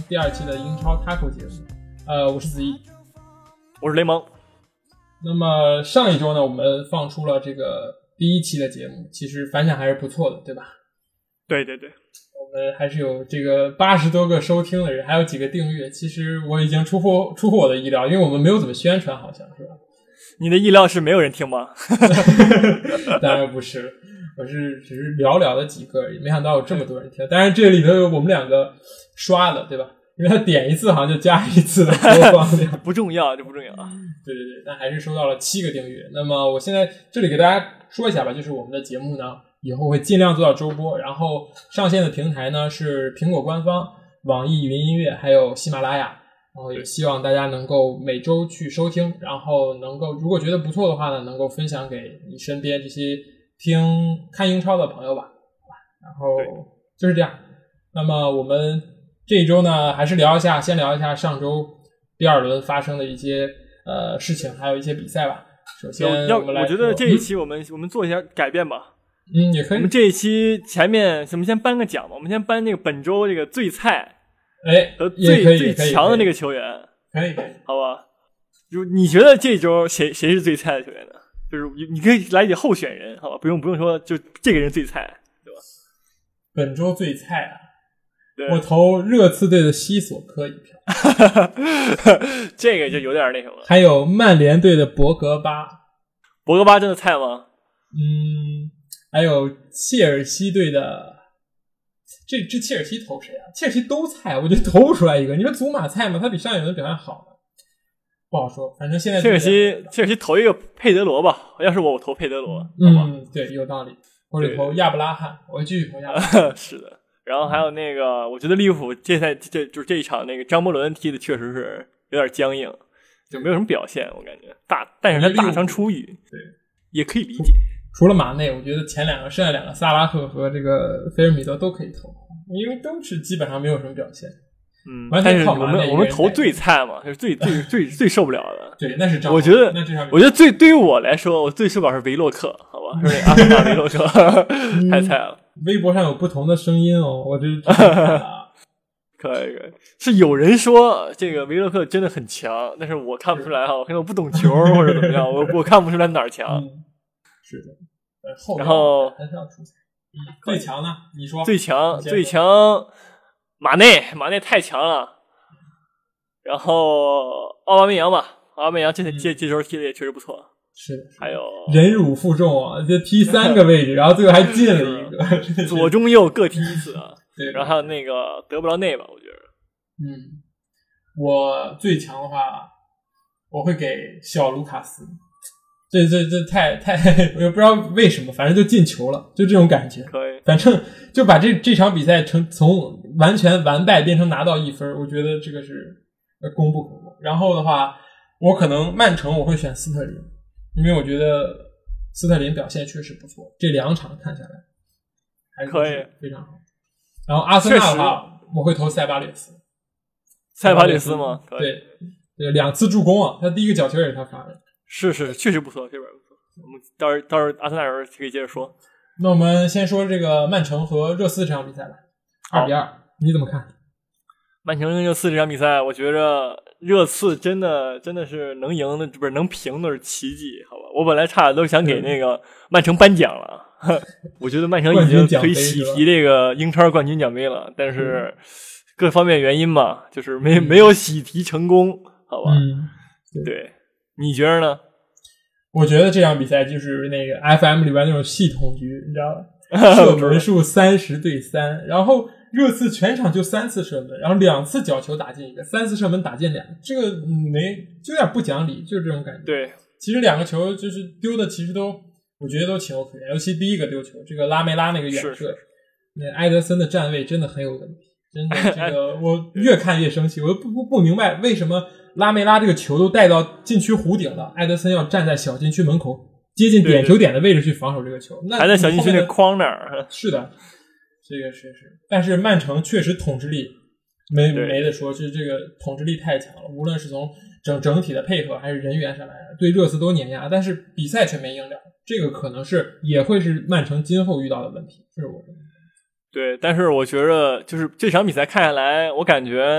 第2期的英超 Taco 节目。我是子怡， 我是雷蒙。 那么上一周呢，我们放出了这个第1期的节目，其实反响还是不错的，对吧？ 对对对， 我们还是有这个80多个收听的人，还有几个订阅。其实我已经出乎我的意料，因为我们没有怎么宣传，好像是吧？ 你的意料是没有人听吗？ 当然不是，我只是寥寥的几个而已，没想到有这么多人听。当然这里头有我们2个刷的，对吧？因为他点一次好像就加1次的播放量。 不重要，这不重要啊。 对对对，但还是收到了7个订阅。那么我现在这里给大家说一下吧，就是我们的节目呢，以后会尽量做到周播，然后上线的平台呢是苹果官方、网易云音乐还有喜马拉雅，然后也希望大家能够每周去收听，然后能够如果觉得不错的话呢，能够分享给你身边这些看英超的朋友吧。然后就是这样。那么我们这一周呢，还是先聊一下上周第2轮发生的一些事情，还有一些比赛吧。首先我觉得这一期我们做一下改变吧。 也可以。 我们这一期前面我们先颁个奖吧，我们先颁那个本周这个最菜和最强的那个球员。 可以， 好吧？就你觉得这周谁是最菜的球员呢？就是你可以来点候选人，好吧？不用说就这个人最菜，对吧？ 本周最菜啊，我投热刺队的西索科一票。 这个就有点那什么。还有曼联队的博格巴真的菜吗？ 还有切尔西队的这切尔西投谁啊？切尔西都菜，我就投不出来一个。你说祖马菜吗？他比上一轮表现好吗？不好说，反正现在切尔西投一个佩德罗吧。要是我投佩德罗。 对，有道理。或者投亚布拉罕，我继续投亚布拉罕。 是的。然后还有那个，我觉得利物浦就是这一场那个张伯伦踢的确实是有点僵硬，就没有什么表现，我感觉但是他大伤初愈，对，也可以理解。 除了马内，我觉得剩下2个萨拉赫和这个菲尔米德都可以投，因为都是基本上没有什么表现。 但是我们投最菜嘛，就是最受不了的。 对，那是我觉得对于我来说，我最受不了是维洛克，好吧，是阿森纳维洛克，太菜了。 微博上有不同的声音哦，我这可以，是有人说这个维洛克真的很强，但是我看不出来哈，可能我不懂球或者怎么样，我看不出来哪儿强。 是的， 然后还是要出彩。最强呢？你说最强，马内太强了。然后奥巴梅扬这周踢的也确实不错。 是的， 还有忍辱负重啊，就踢3个位置，然后最后还进了一个， 左中右各踢1次啊。 对， 然后还有那个德布劳内吧，我觉得。 我最强的话，我会给小卢卡斯。这太，我也不知道为什么，反正就进球了，就这种感觉。 可以， 反正就把这场比赛从完全完败变成拿到1分，我觉得这个是功不可没。然后的话，我可能曼城我会选斯特林。因为我觉得斯特林表现确实不错，这2场看下来还是非常好。然后阿森纳的话，我会投塞巴略斯。 塞巴略斯吗？ 对，2次助攻啊，他第1个角球也是他罚的。 是，确实不错，这边不错。我们到时候阿森纳人可以接着说。 那我们先说这个曼城和热刺这场比赛吧，2-2，你怎么看？ 曼城跟热刺这场比赛，我觉着热刺真的是能赢的，不是能平的是奇迹，好吧？我本来差点都想给那个曼城颁奖了，我觉得曼城已经可以喜提这个英超冠军奖杯了，但是各方面原因嘛，就是没有喜提成功，好吧？对，你觉得呢？ 我觉得这场比赛就是那个 FM 里边那种系统局，你知道吧？射门数30对3，然后热刺全场就3次射门，然后2次角球打进1个，3次射门打进2个，这个就有点不讲理，就是这种感觉。 对， 其实2个球就是丢的，其实我觉得都情有可原，尤其第1个丢球，这个拉梅拉那个远射，那埃德森的站位真的很有问题，真的这个我越看越生气，我不明白为什么拉梅拉这个球都带到禁区弧顶了，埃德森要站在小禁区门口接近点球点的位置去防守这个球，那还在小禁区那框那儿。 是的，这个是，但是曼城确实统治力没得说，是这个统治力太强了，无论是从整体的配合还是人员上来，对热刺都碾压，但是比赛却没赢了，这个可能也会是曼城今后遇到的问题，这是我认为。 对，但是我觉得就是这场比赛看下来，我感觉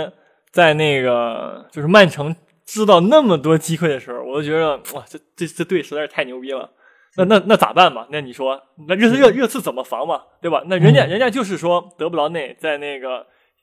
在那个就是曼城制造那么多机会的时候，我都觉得哇，这队实在是太牛逼了。那咋办吧？那你说，那热刺怎么防嘛？对吧？那人家就是说德布劳内在那个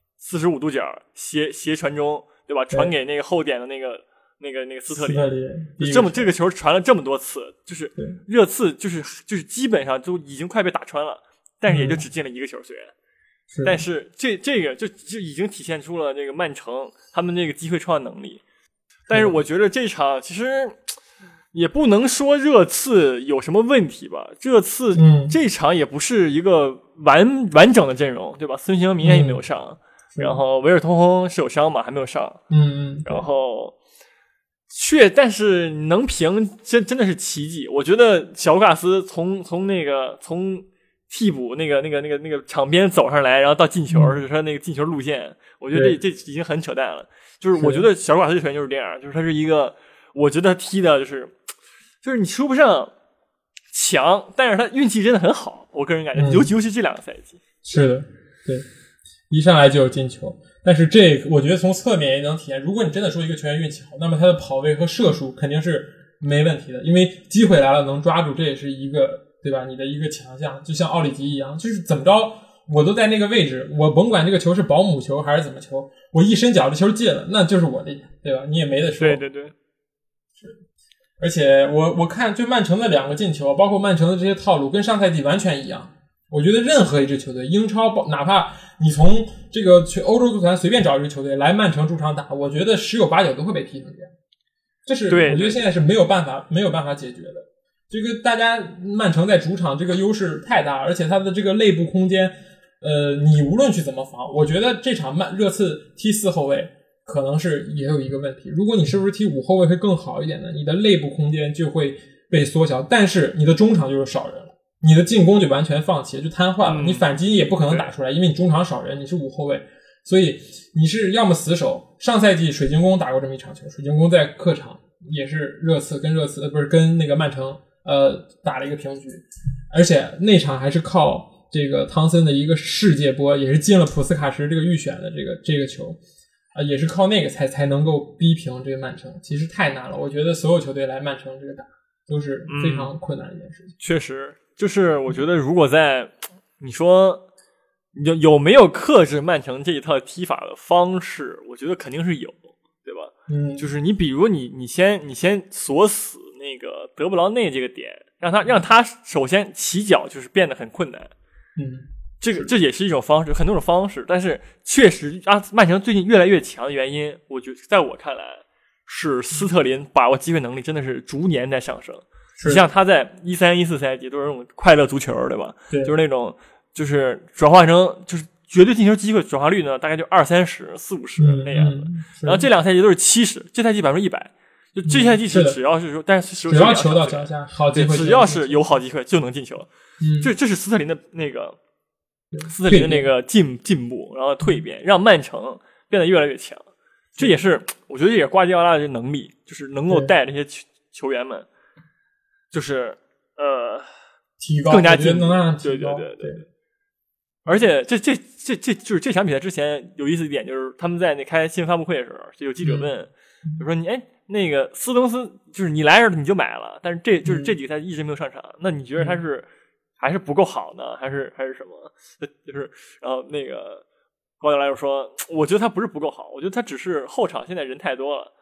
45度角斜传中，对吧？传给那个后点的那个斯特林，这个球传了这么多次，就是热刺就是基本上就已经快被打穿了，但是也就只进了一个球，虽然。但是这个就已经体现出了这个曼城他们这个机会创造能力。但是我觉得这场其实也不能说热刺有什么问题吧，热刺这场也不是一个完整的阵容，对吧？孙兴民也没有上，然后维尔通轰是有伤嘛，还没有上，然后但是能平真的是奇迹。我觉得小卢卡斯从替补那个场边走上来，然后到进球，是他那个进球路线，我觉得这已经很扯淡了。就是我觉得小卢卡斯这球员就是这样，就是他是一个，我觉得他踢的就是你说不上强，但是他运气真的很好，我个人感觉，尤其是这2个赛季。 是的，对，一上来就有进球。但是我觉得从侧面也能体现，如果你真的说一个球员运气好，那么他的跑位和射术肯定是没问题的，因为机会来了能抓住，这也是一个，对吧？你的一个强项，就像奥里吉一样，就是怎么着我都在那个位置，我甭管这个球是保姆球还是怎么球，我一伸脚这球进了，那就是我的，对吧？你也没得说。 对， 是。而且我看就曼城的2个进球，包括曼城的这些套路跟上赛季完全一样。我觉得任何一支球队，英超哪怕你从这个去欧洲足坛随便找一支球队来曼城主场打，我觉得10有8九都会被踢成这样。这是我觉得现在是没有办法解决的。这个大家曼城在主场这个优势太大，而且他的这个内部空间，你无论去怎么防，我觉得这场热刺踢4后卫可能是也有一个问题。如果你是不是踢5后卫会更好一点呢？你的内部空间就会被缩小，但是你的中场就是少人了，你的进攻就完全放弃了，就瘫痪了。你反击也不可能打出来，因为你中场少人，你是5后卫，所以你是要么死守。上赛季水晶宫打过这么一场球，水晶宫在客场也是跟那个曼城打了一个平局，而且那场还是靠这个汤森的一个世界波，也是进了普斯卡什这个预选的这个球也是靠那个才能够逼平这个曼城。其实太难了，我觉得所有球队来曼城这个打都是非常困难的一件事情。 确实，就是我觉得如果你说有没有克制曼城这一套踢法的方式，我觉得肯定是有，对吧？就是你比如你先锁死那个德布劳内这个点，让他首先起脚就是变得很困难。这也是一种方式，很多种方式，但是确实曼城最近越来越强的原因，我觉得在我看来是斯特林把握机会能力真的是逐年在上升。你像他在13-14赛季都是那种快乐足球，对吧？ 对， 就是那种就是转化成就是绝对进球机会转化率呢，大概就20-30、40-50那样子。然后这2个赛季都是70%，这赛季100%。就这赛季只要是说，但是只要球到脚下，好机会， 只要是有好机会就能进球。这是斯特林的那个进步，然后蜕变，让曼城变得越来越强。这也是我觉得也是瓜迪奥拉的能力，就是能够带这些球员们，就是提高更加进步， 能让对。而且这就是这场比赛之前有意思一点，就是他们在那开新闻发布会的时候，就有记者问，就说你那个斯通斯就是你来时候你就买了，但是这几个赛季一直没有上场，那你觉得他是还是不够好呢，还是什么？就是然后那个高迪奥拉就说，我觉得他不是不够好，我觉得他只是后场现在人太多了，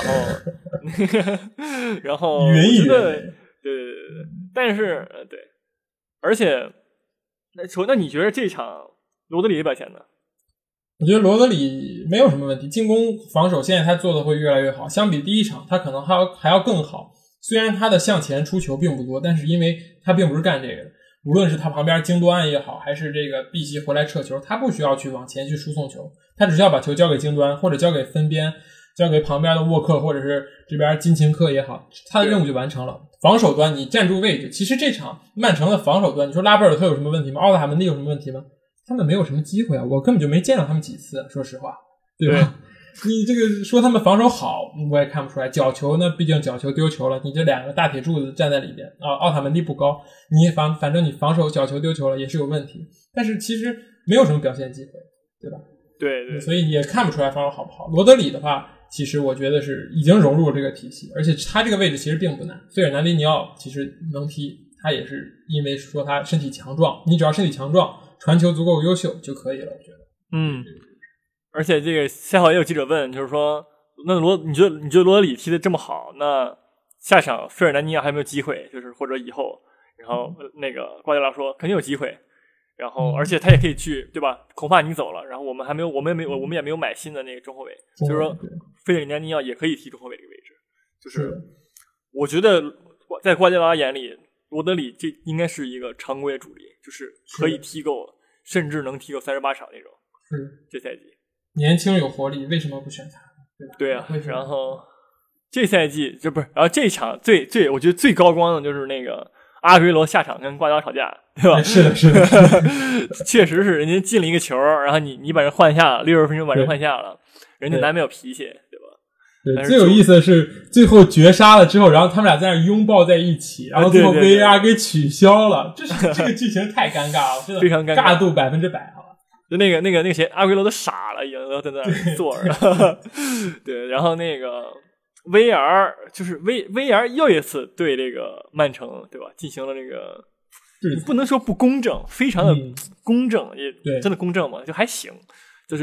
然后我觉得对，但是对，而且那你觉得这场罗德里的表现呢？ 我觉得罗德里没有什么问题，进攻防守现在他做的会越来越好，相比第一场他可能还要更好。虽然他的向前出球并不多，但是因为他并不是干这个的，无论是他旁边京多安也好，还是这个碧玺回来撤球，他不需要去往前去输送球，他只需要把球交给京多安，或者交给分边，交给旁边的沃克，或者是这边金琴科也好，他的任务就完成了。防守端你站住位置，其实这场曼城的防守端，你说拉波尔特有什么问题吗？奥达门蒂有什么问题吗？他们没有什么机会啊，我根本就没见到他们几次，说实话，对吧？你这个说他们防守好，我也看不出来。角球呢，毕竟角球丢球了，你这2个大铁柱子站在里边啊，奥塔门蒂不高，你反正你防守角球丢球了也是有问题，但是其实没有什么表现机会，对吧？ 对对， 所以也看不出来防守好不好。罗德里的话，其实我觉得是已经融入了这个体系，而且他这个位置其实并不难。费尔南迪尼奥其实能踢，他也是因为说他身体强壮，你只要身体强壮，传球足够优秀就可以了，我觉得。 而且这个赛后也有记者问，就是说，那你觉得罗德里踢得这么好，那下场费尔南尼奥还有没有机会？就是或者以后，然后那个瓜迪奥拉说肯定有机会。然后，而且他也可以去，对吧？孔帕尼走了，然后我们也没有买新的那个中后卫，就是说，费尔南尼奥也可以踢中后卫这个位置。就是我觉得在瓜迪奥拉眼里，罗德里这应该是一个常规的主力，就是可以踢够，甚至能踢够38场那种。这赛季年轻有活力，为什么不选他？ 对啊，然后这赛季然后这场我觉得最高光的就是那个阿圭罗下场跟瓜迪奥拉吵架，对吧？ 是的， 确实是人家进了一个球，然后你把人换下了，60分钟把人换下了，人家难免有脾气，对吧？ 对，最有意思的是最后绝杀了之后，然后他们俩在那拥抱在一起，然后最后 VAR 给取消了，这个剧情太尴尬了，真的非常尴尬， 尬度100%好吧？ 就那个谁，阿圭罗都傻了，已经都在那坐着。对，然后那个。VR 就是 VR 又一次对这个曼城，对吧？进行了这个，不能说不公正，非常的公正，也真的公正嘛，就还行。就是，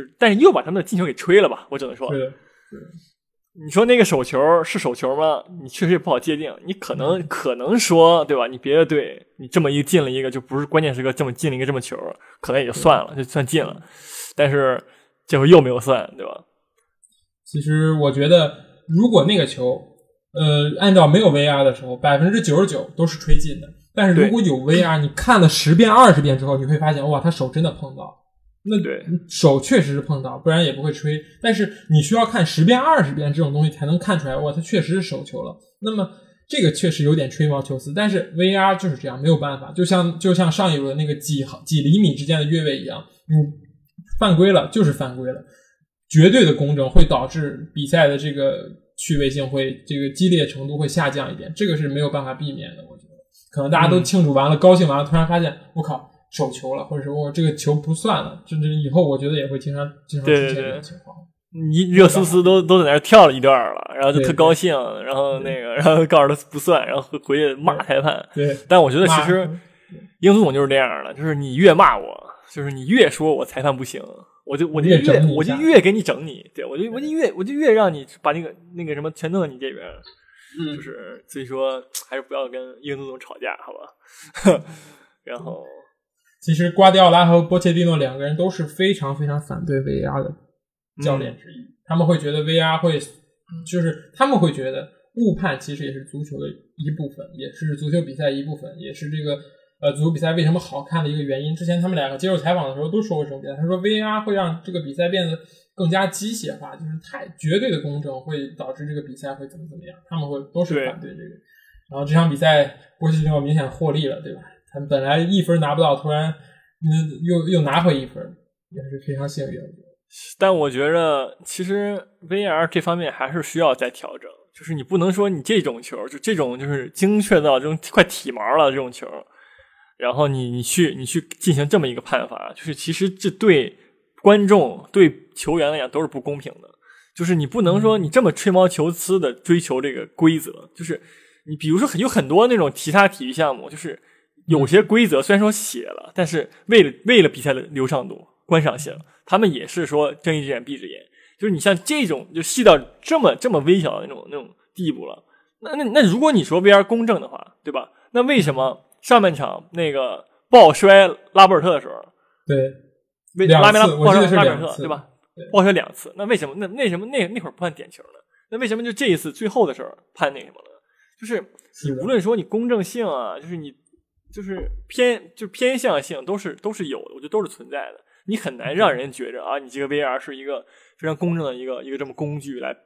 但是又把他们的进球给吹了吧？我只能说，你说那个手球是手球吗？你确实也不好界定。你可能说，对吧？你别的队你这么一进了一个，就不是关键时刻这么进了一个这么球，可能也就算了，就算进了。但是这回又没有算，对吧？ 其实我觉得。如果那个球，按照没有 VR 的时候，99%都是吹进的。但是如果有 VR， 你看了10遍、20遍之后，你会发现，哇，他手真的碰到。那手确实是碰到，不然也不会吹。但是你需要看10遍、20遍这种东西才能看出来，哇，他确实是手球了。那么这个确实有点吹毛求疵，但是 VR 就是这样，没有办法。就像上一轮那个几厘米之间的越位一样，犯规了就是犯规了。绝对的公正会导致比赛的这个趣味性这个激烈程度会下降一点，这个是没有办法避免的。我觉得可能大家都庆祝完了，高兴完了，突然发现我靠手球了，或者说我这个球不算了，甚至以后我觉得也会经常出现这种情况。 你热苏斯都在那跳了一段了，然后就特高兴，然后然后告诉他不算，然后回去骂裁判。 对， 但我觉得其实英足总就是这样的，就是你越骂我，就是你越说我裁判不行。我就越给你整你，对我就越让你把那个什么全弄到你这边，就是所以说还是不要跟英足总吵架，好吧？然后， 其实瓜迪奥拉和波切蒂诺两个人都是非常非常反对 VAR 的教练之一，他们会觉得 VAR 就是他们会觉得误判其实也是足球的一部分，也是足球比赛一部分，也是这个。足球比赛为什么好看的一个原因，之前他们两个接受采访的时候都说过这种点，他说 VAR 会让这个比赛变得更加机械化，就是太绝对的公正会导致这个比赛会怎么样，他们都是反对这个。然后这场比赛波切蒂诺明显获利了，对吧？他们本来1分拿不到，突然又拿回1分，也是非常幸运。 但我觉得其实 VAR 这方面还是需要再调整，就是你不能说你这种球，就这种就是精确到这种快体毛了这种球。然后你去进行这么一个判罚，就是其实这对观众对球员来讲都是不公平的。就是你不能说你这么吹毛求疵的追求这个规则，就是你比如说有很多那种其他体育项目，就是有些规则虽然说写了，但是为了比赛的流畅度、观赏性，他们也是说睁一只眼闭一只眼。就是你像这种就细到这么微小的那种地步了，那如果你说 VR 公正的话，对吧？那为什么？上半场那个抱摔拉波尔特的时候， 对， 拉梅拉抱摔拉波尔特， 对吧？抱摔2次，那为什么那会儿不判点球呢？那为什么就这一次最后的时候判那什么呢？就是你无论说你公正性啊，就是你就是偏向性都是有的，我觉得都是存在的。你很难让人觉着啊，你这个 VR 是一个非常公正的一个这么工具来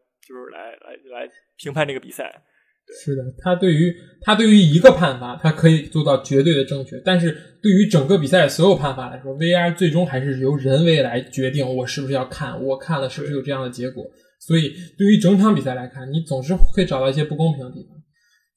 评判这个比赛。 是的，他对于一个判罚，他可以做到绝对的正确，但是对于整个比赛所有判罚来说 ，VAR 最终还是由人为来决定我是不是要看，我看了是不是有这样的结果。所以对于整场比赛来看，你总是会找到一些不公平的地方。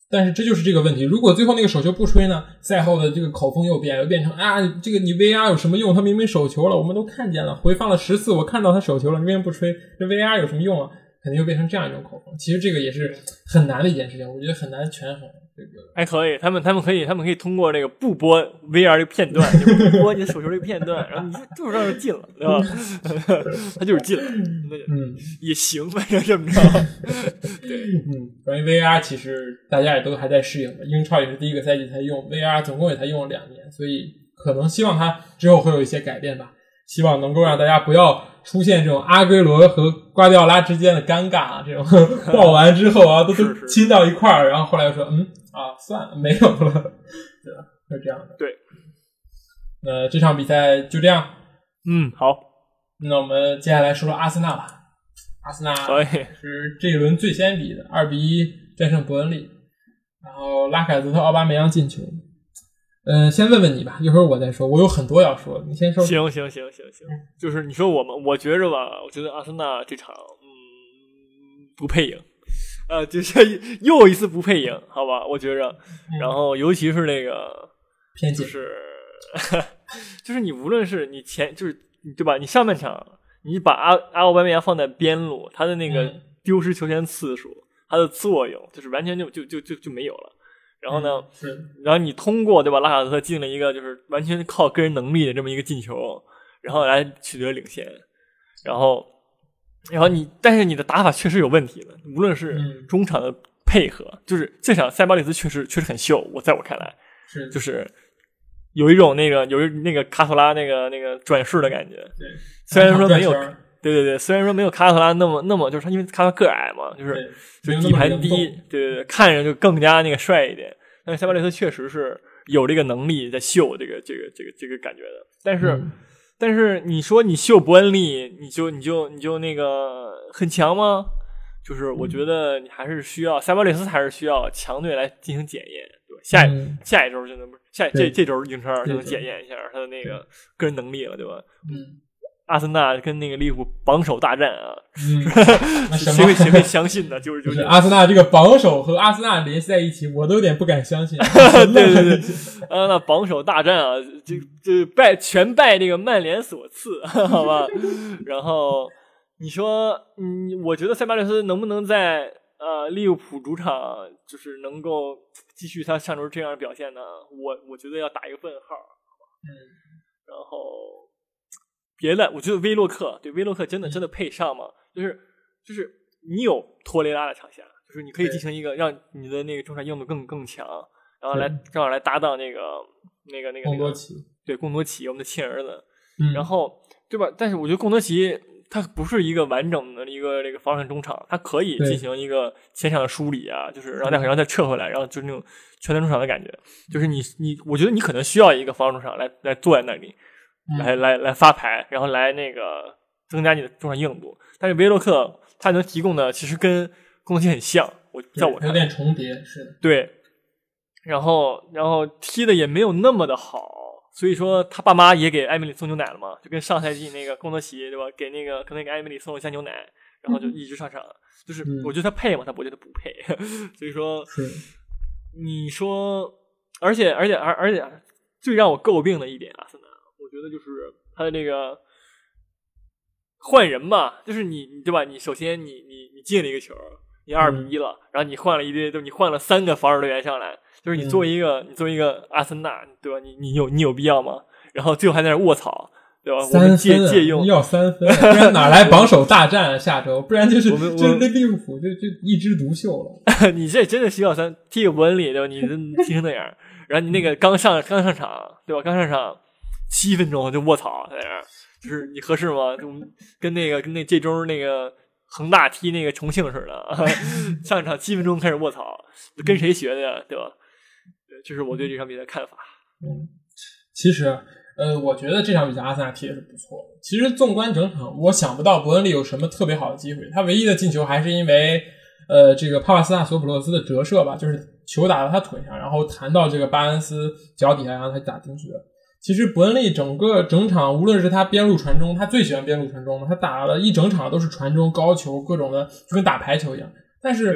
但是这就是这个问题，如果最后那个手球不吹呢，赛后的这个口风又变成啊，这个你 VAR 有什么用？他明明手球了，我们都看见了，回放了10次，我看到他手球了，你为什么不吹？这 VAR 有什么用啊？肯定又变成这样一种口风。其实这个也是很难的一件事情，我觉得很难权衡。这个还可以，他们可以通过这个不播 VR 这个片段，就不播你手球这个片段，然后你就是让人进了，对吧？他就是进了，也行，反正这么着。对， 关于 VR 其实大家也都还在适应的，英超也是第一个赛季才用 VR， 总共也才用了2年，所以可能希望它之后会有一些改变吧。希望能够让大家不要出现这种阿圭罗和瓜迪奥拉之间的尴尬啊，这种爆完之后啊都亲到一块儿，然后后来又说算了没有了，对吧？是这样的。 对， 这场比赛就这样。 好， 那我们接下来说说阿森纳吧。阿森纳是这一轮最先比的，2-1战胜伯恩利，然后拉凯泽特、奥巴梅扬进球。先问问你吧，一会儿我再说，我有很多要说，你先说。 行，就是你说我觉着吧，我觉得阿森纳这场不配赢，就是又一次不配赢，好吧，我觉着，然后尤其是那个偏见， 就是你无论是你就是对吧，你上半场你把阿奥巴梅扬放在边路，他的那个丢失球权次数，他的作用就是完全就没有了。然后呢，然后你通过对吧，拉卡泽特进了一个就是完全靠个人能力的这么一个进球，然后来取得领先，然后但是你的打法确实有问题了，无论是中场的配合，就是这场塞巴里斯确实很秀，在我看来就是有一种那个卡索拉那个转世的感觉， 对， 虽然说没有。对，虽然说没有卡索拉那么就是他因为卡索拉个矮嘛，就是底盘低，对，看着就更加那个帅一点。但是塞巴雷斯确实是有这个能力在秀这个感觉的。但是你说你秀伯恩利，你就那个很强吗？就是我觉得你还是需要塞巴雷斯还是需要强队来进行检验，对吧？下一周就能这周英超就能检验一下他的那个个人能力了，对吧？阿森纳跟那个利物浦榜首大战啊，谁会相信呢？就是阿森纳这个榜首和阿森纳联系在一起，我都有点不敢相信。 对，那榜首大战啊，就全拜这个曼联所赐，好吧？然后你说，我觉得塞巴略斯能不能在利物浦主场就是能够继续他上周这样的表现呢？我觉得要打一个问号，好吧？然后。别的，我觉得威洛克真的配上吗？就是你有托雷拉的场下，就是你可以进行一个让你的那个中场硬度更强，然后正好来搭档那个贡多齐， 对，贡多齐我们的亲儿子，然后对吧？但是我觉得贡多齐他不是一个完整的一个这个防守中场，他可以进行一个前场的梳理啊，就是然后再撤回来，然后就是那种全能中场的感觉，就是我觉得你可能需要一个防守中场来坐在那里。来发牌，然后来那个增加你的中场硬度。但是维洛克他能提供的其实跟贡多齐很像，在我看有点重叠，是的。 对，然后踢的也没有那么的好，所以说他爸妈也给艾米丽送牛奶了嘛，就跟上赛季那个贡多齐对吧，可能给艾米丽送了一箱牛奶，然后就一直上场。就是我觉得他配嘛，我觉得不配。所以说，你说，而且最让我诟病的一点，阿森纳。我觉得就是他的这个换人吧，就是你对吧？你首先你进了一个球，你2-1了，然后你换了一堆，你换了3个防守队员上来，就是你作为一个阿森纳，对吧？你有必要吗？然后最后还在那卧槽，对吧？我们借用要3分，不然哪来榜首大战啊？下周不然就是那利物浦就一枝独秀了。 你这真的需要踢个伯恩利，对吧？你踢成那样，然后你那个刚上场，对吧？刚上场。7分钟就卧槽在那儿，就是你合适吗？就跟那这周那个恒大踢那个重庆似的，上场7分钟开始卧槽，跟谁学的呀？对吧？这是我对这场比赛的看法。 其实我觉得这场比赛阿森纳踢的是不错的。其实纵观整场，我想不到伯恩利有什么特别好的机会，他唯一的进球还是因为这个帕帕斯纳索普洛斯的折射吧，就是球打到他腿上，然后弹到这个巴恩斯脚底下，然后他打进去了。其实伯恩利整场无论是他边路传中，他最喜欢边路传中嘛，他打了一整场都是传中高球各种的，就跟打排球一样。但是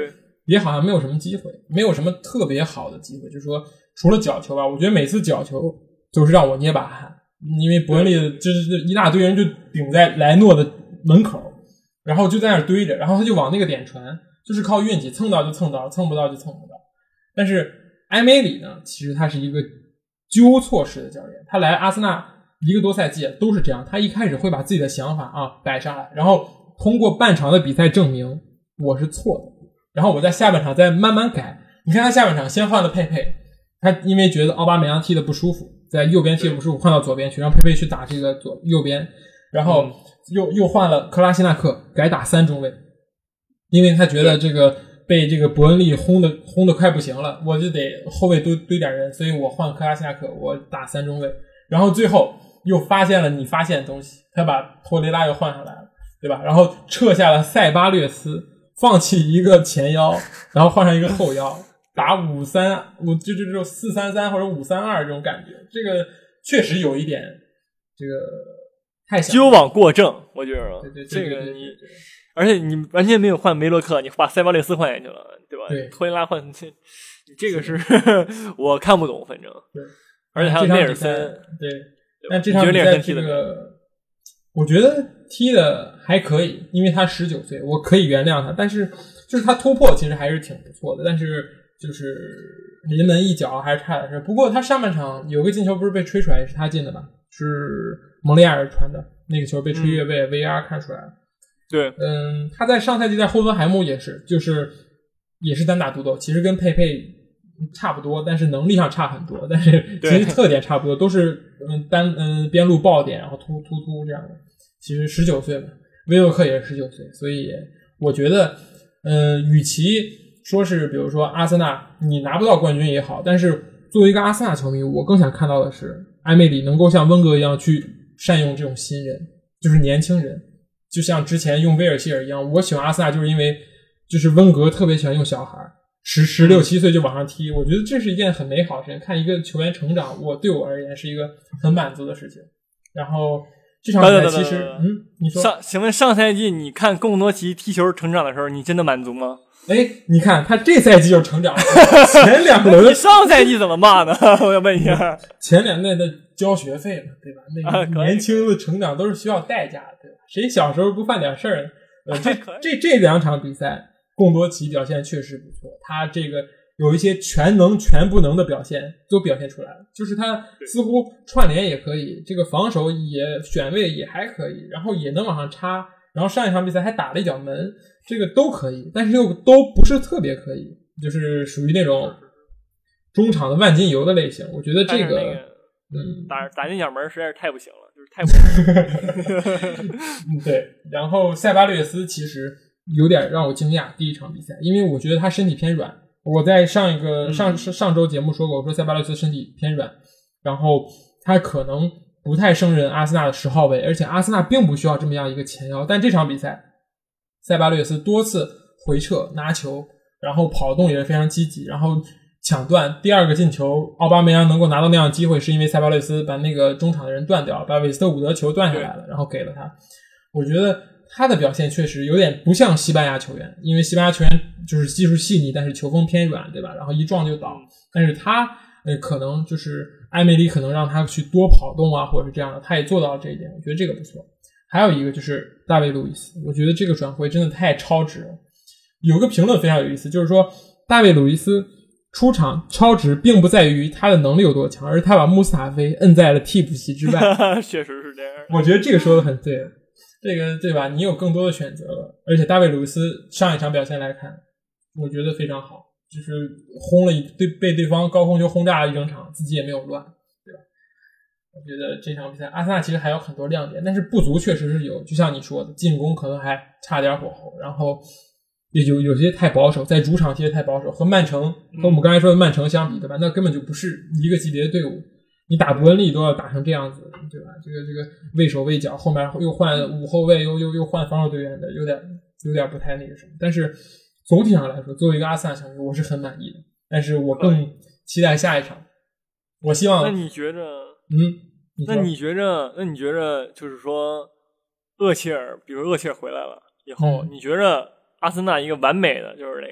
也好像没有什么机会，没有什么特别好的机会。就是说，除了角球吧，我觉得每次角球都是让我捏把汗，因为伯恩利就是一大堆人就顶在莱诺的门口，然后就在那儿堆着，然后他就往那个点传，就是靠运气，蹭到就蹭到，蹭不到就蹭不到。但是埃梅里呢，其实他是一个纠错式的教练，他来阿森纳1个多赛季都是这样，他一开始会把自己的想法摆上来，然后通过半场的比赛证明我是错的，然后我在下半场再慢慢改。你看他下半场先换了佩佩，他因为觉得奥巴梅扬踢得不舒服，在右边踢得不舒服，换到左边去，让佩佩去打这个右边，然后又换了克拉西纳克，改打3中卫，因为他觉得这个被这个伯恩利轰的快不行了，我就得后卫堆点人，所以我换克拉西纳克，我打3中卫，然后最后又发现了你发现的东西，他把托雷拉又换上来了，对吧？然后撤下了塞巴略斯，放弃一个前腰，然后换上一个后腰，打5-3，就4-3-3或者5-3-2这种感觉，这个确实有一点这个太纠枉过正，我觉得对这个你，而且你完全没有换梅洛克，你把塞巴略斯换下去了，对吧？ 对， 托雷拉换，这个是我看不懂，反正对， 而且还有内尔森， 对，但这场比赛这个，我觉得踢的还可以，因为他19岁，我可以原谅他，但是就是他突破其实还是挺不错的，但是就是临门一脚还是差点事。不过他上半场有个进球不是被吹出来，也是他进的吧？是蒙利亚尔传的那个球被吹越位，VAR 看出来了。 对， 他在上赛季在霍芬海姆也是单打独斗，其实跟佩佩差不多，但是能力上差很多，但是其实特点差不多，都是边路爆点，然后突这样的。其实19岁嘛，威洛克也是19岁，所以我觉得与其说是比如说阿森纳你拿不到冠军也好，但是作为一个阿森纳球迷，我更想看到的是埃梅里能够像温格一样去善用这种新人，就是年轻人，就像之前用威尔希尔一样。我喜欢阿森纳就是因为就是温格特别喜欢用小孩，16、17岁就往上踢，我觉得这是一件很美好的事情。看一个球员成长，对我而言是一个很满足的事情。然后这场比赛其实，你说， 请问上赛季你看贡多齐踢球成长的时候，你真的满足吗？ 你看他这赛季就成长了，前2轮你上赛季怎么骂呢？我要问一下， 前2轮的交学费嘛，对吧？那个年轻的成长都是需要代价的，对吧？谁小时候不犯点事儿呢？这2场比赛，贡多齐表现确实不错，他这个有一些全能全不能的表现都表现出来了，就是他似乎串联也可以，这个防守也选位也还可以，然后也能往上插，然后上一场比赛还打了一脚门，这个都可以，但是又都不是特别可以，就是属于那种中场的万金油的类型。我觉得这个打进脚门实在是太不行了，就是太不行了。 对，然后塞巴略斯其实有点让我惊讶，第一场比赛，因为我觉得他身体偏软。我在上周节目说过，我说塞巴略斯身体偏软，然后他可能不太胜任阿森纳的10号位，而且阿森纳并不需要这么样一个前腰。但这场比赛，塞巴略斯多次回撤拿球，然后跑动也是非常积极，然后抢断。第2个进球，奥巴梅扬能够拿到那样的机会，是因为塞巴略斯把那个中场的人断掉了，把韦斯特伍德球断下来了，然后给了他。我觉得他的表现确实有点不像西班牙球员，因为西班牙球员就是技术细腻，但是球风偏软，对吧？然后一撞就倒。但是他可能就是埃梅里可能让他去多跑动啊，或者是这样的，他也做到了这一点，我觉得这个不错。还有一个就是大卫路易斯，我觉得这个转会真的太超值了。有个评论非常有意思，就是说大卫路易斯出场超值并不在于他的能力有多强，而是他把穆斯塔菲摁在了替补席之外。 确实是这样， 我觉得这个说的很对，这个对吧？你有更多的选择了，而且大卫鲁伊斯上一场表现来看，我觉得非常好，就是被对方高空球轰炸了一整场，自己也没有乱，对吧？我觉得这场比赛阿森纳其实还有很多亮点，但是不足确实是有，就像你说的，进攻可能还差点火候，然后也有些太保守，在主场踢得太保守，和我们刚才说的曼城相比，对吧？那根本就不是一个级别的队伍。你打伯恩利都要打成这样子，对吧？这个畏手畏脚，后面又换5后卫，又换防守队员的，有点不太那个什么。但是总体上来说，作为一个阿森纳球迷，我是很满意的。但是我更期待下一场。我希望。 那你觉着？那你觉着就是说，比如厄齐尔回来了以后，你觉着阿森纳一个完美的就是那个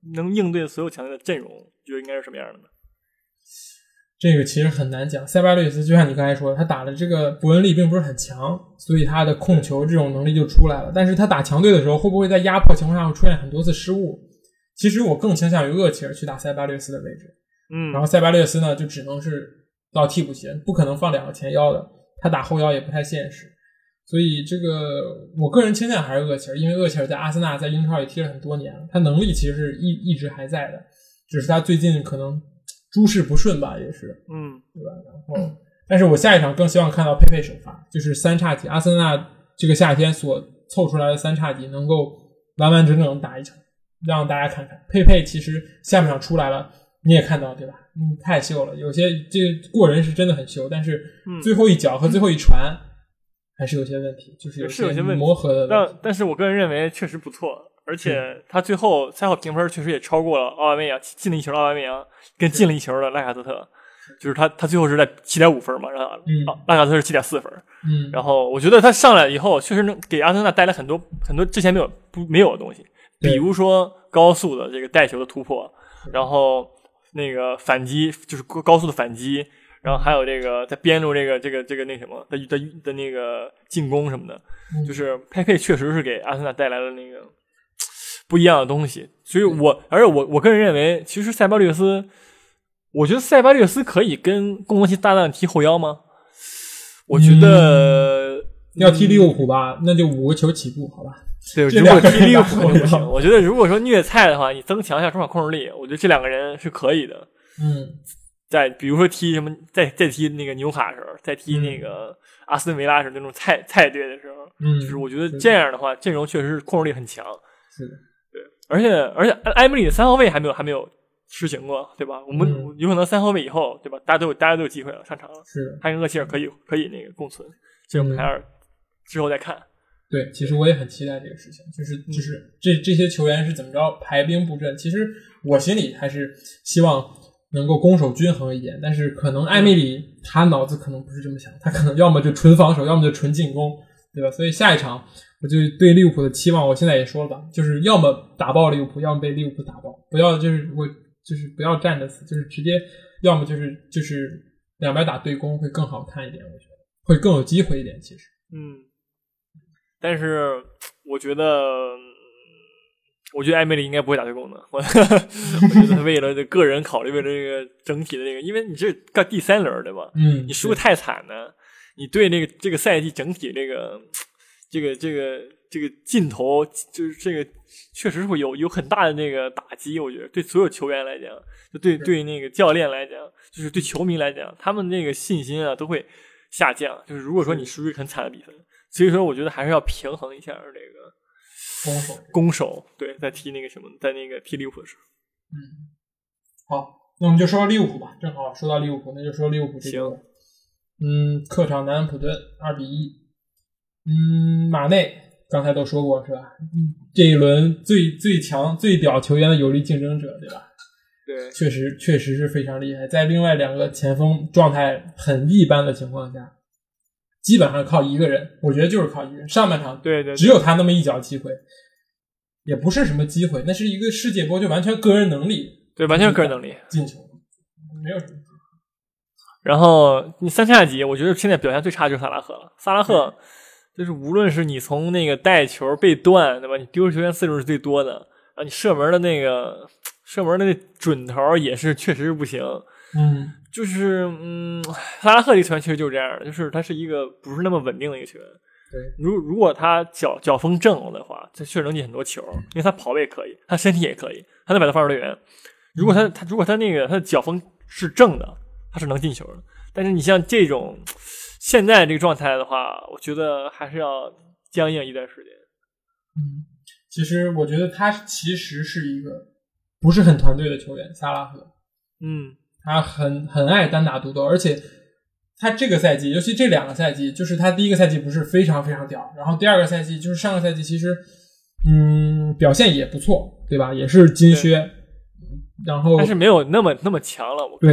能应对所有强队的阵容，觉得应该是什么样的呢？ 这个其实很难讲。塞巴略斯就像你刚才说的，他打的这个伯恩利并不是很强，所以他的控球这种能力就出来了。但是他打强队的时候，会不会在压迫情况下会出现很多次失误？其实我更倾向于厄齐尔去打塞巴略斯的位置。然后塞巴略斯呢，就只能是到替补席，不可能放2个前腰的，他打后腰也不太现实。所以这个我个人倾向还是厄齐尔，因为厄齐尔在阿森纳在英超也踢了很多年了，他能力其实是一直还在的，只是他最近可能诸事不顺吧，也是，对吧？然后，但是我下一场更希望看到佩佩首发，就是3叉戟，阿森纳这个夏天所凑出来的3叉戟能够完完整整打一场，让大家看看佩佩其实下半场出来了，你也看到对吧？太秀了，有些这个过人是真的很秀，但是最后一脚和最后一传还是有些问题，就是有些磨合的问题。 但是我个人认为确实不错，而且他最后赛后评分确实也超过了奥巴梅扬，进了一球的奥巴梅扬跟进了一球的拉卡泽特，就是他最后是在 7.5 分嘛，然后拉卡泽特是 7.4 分。然后我觉得他上来以后确实能给阿森纳带来很多之前没有的东西，比如说高速的这个带球的突破，然后那个反击就是高速的反击，然后还有这个在边路这个那什么的那个进攻什么的，就是佩佩确实是给阿森纳带来了那个不一样的东西。所以我个人认为，其实塞巴略斯，我觉得塞巴略斯可以跟贡多齐搭档踢后腰吗？我觉得要踢利物浦吧，那就5个球起步，好吧？ 对，如果踢利物浦就不行。我觉得如果说虐菜的话，你增强一下中场控制力，我觉得这2个人是可以的。再比如说踢什么，再踢那个纽卡的时候，再踢那个阿斯顿维拉时候那种菜队的时候，就是我觉得这样的话，阵容确实是控制力很强。 是的， 对，而且埃梅里的3号位还没有实行过，对吧？我们有可能3号位以后，对吧？大家都有机会了，上场了。 是， 他跟厄齐尔可以那个共存，这个我们还是之后再看。 对，其实我也很期待这个事情，就是这些球员是怎么着排兵布阵。其实我心里还是希望能够攻守均衡一点，但是可能埃梅里他脑子可能不是这么想，他可能要么就纯防守，要么就纯进攻，对吧？所以下一场我就对利物浦的期望，我现在也说了吧，就是要么打爆利物浦，要么被利物浦打爆，不要就是不要站着死，就是直接要么就是两边打对攻会更好看一点，我觉得会更有机会一点。其实， 但是我觉得埃梅里应该不会打对攻的。我觉得他为了个人考虑，为了这个整体的这个，因为你这干第3轮对吧？你输得太惨呢，你对这个赛季整体这个劲头，就是这个确实会有很大的那个打击。我觉得对所有球员来讲，就对那个教练来讲，就是对球迷来讲，他们那个信心啊都会下降。就是如果说你输一个很惨的比分，所以说我觉得还是要平衡一下这个攻守。对，在踢那个什么，在那个踢利物浦的时候。好，那我们就说到利物浦吧。正好说到利物浦，那就说利物浦这个。客场南安普顿2-1。马内刚才都说过是吧？这一轮最强最屌球员的有力竞争者，对吧？ 对， 确实是非常厉害。在另外2个前锋状态很一般的情况下，基本上靠一个人，我觉得就是靠一个人。上半场对只有他那么一脚机会，也不是什么机会，那是一个世界波，就完全个人能力。 对，完全是个人能力进球，没有什么机会。 然后你3叉戟，我觉得现在表现最差就是萨拉赫了。萨拉赫就是无论是你从那个带球被断，对吧？你丢球员次数是最多的，你射门的那准头也是确实不行。就是萨拉赫这个球员确实就是这样的，就是他是一个不是那么稳定的一个球员。 对， 如果他脚风正了的话，他确实能进很多球，因为他跑位也可以，他身体也可以，他能摆到防守队员。如果他的脚风是正的，他是能进球的。但是你像这种现在这个状态的话，我觉得还是要僵硬一段时间。 其实我觉得他其实是一个不是很团队的球员，萨拉赫。他很爱单打独斗，而且他这个赛季，尤其这2个赛季，就是他第一个赛季不是非常非常屌，然后第2个赛季就是上个赛季，其实表现也不错，对吧？也是金靴，然后但是没有那么强了。 对，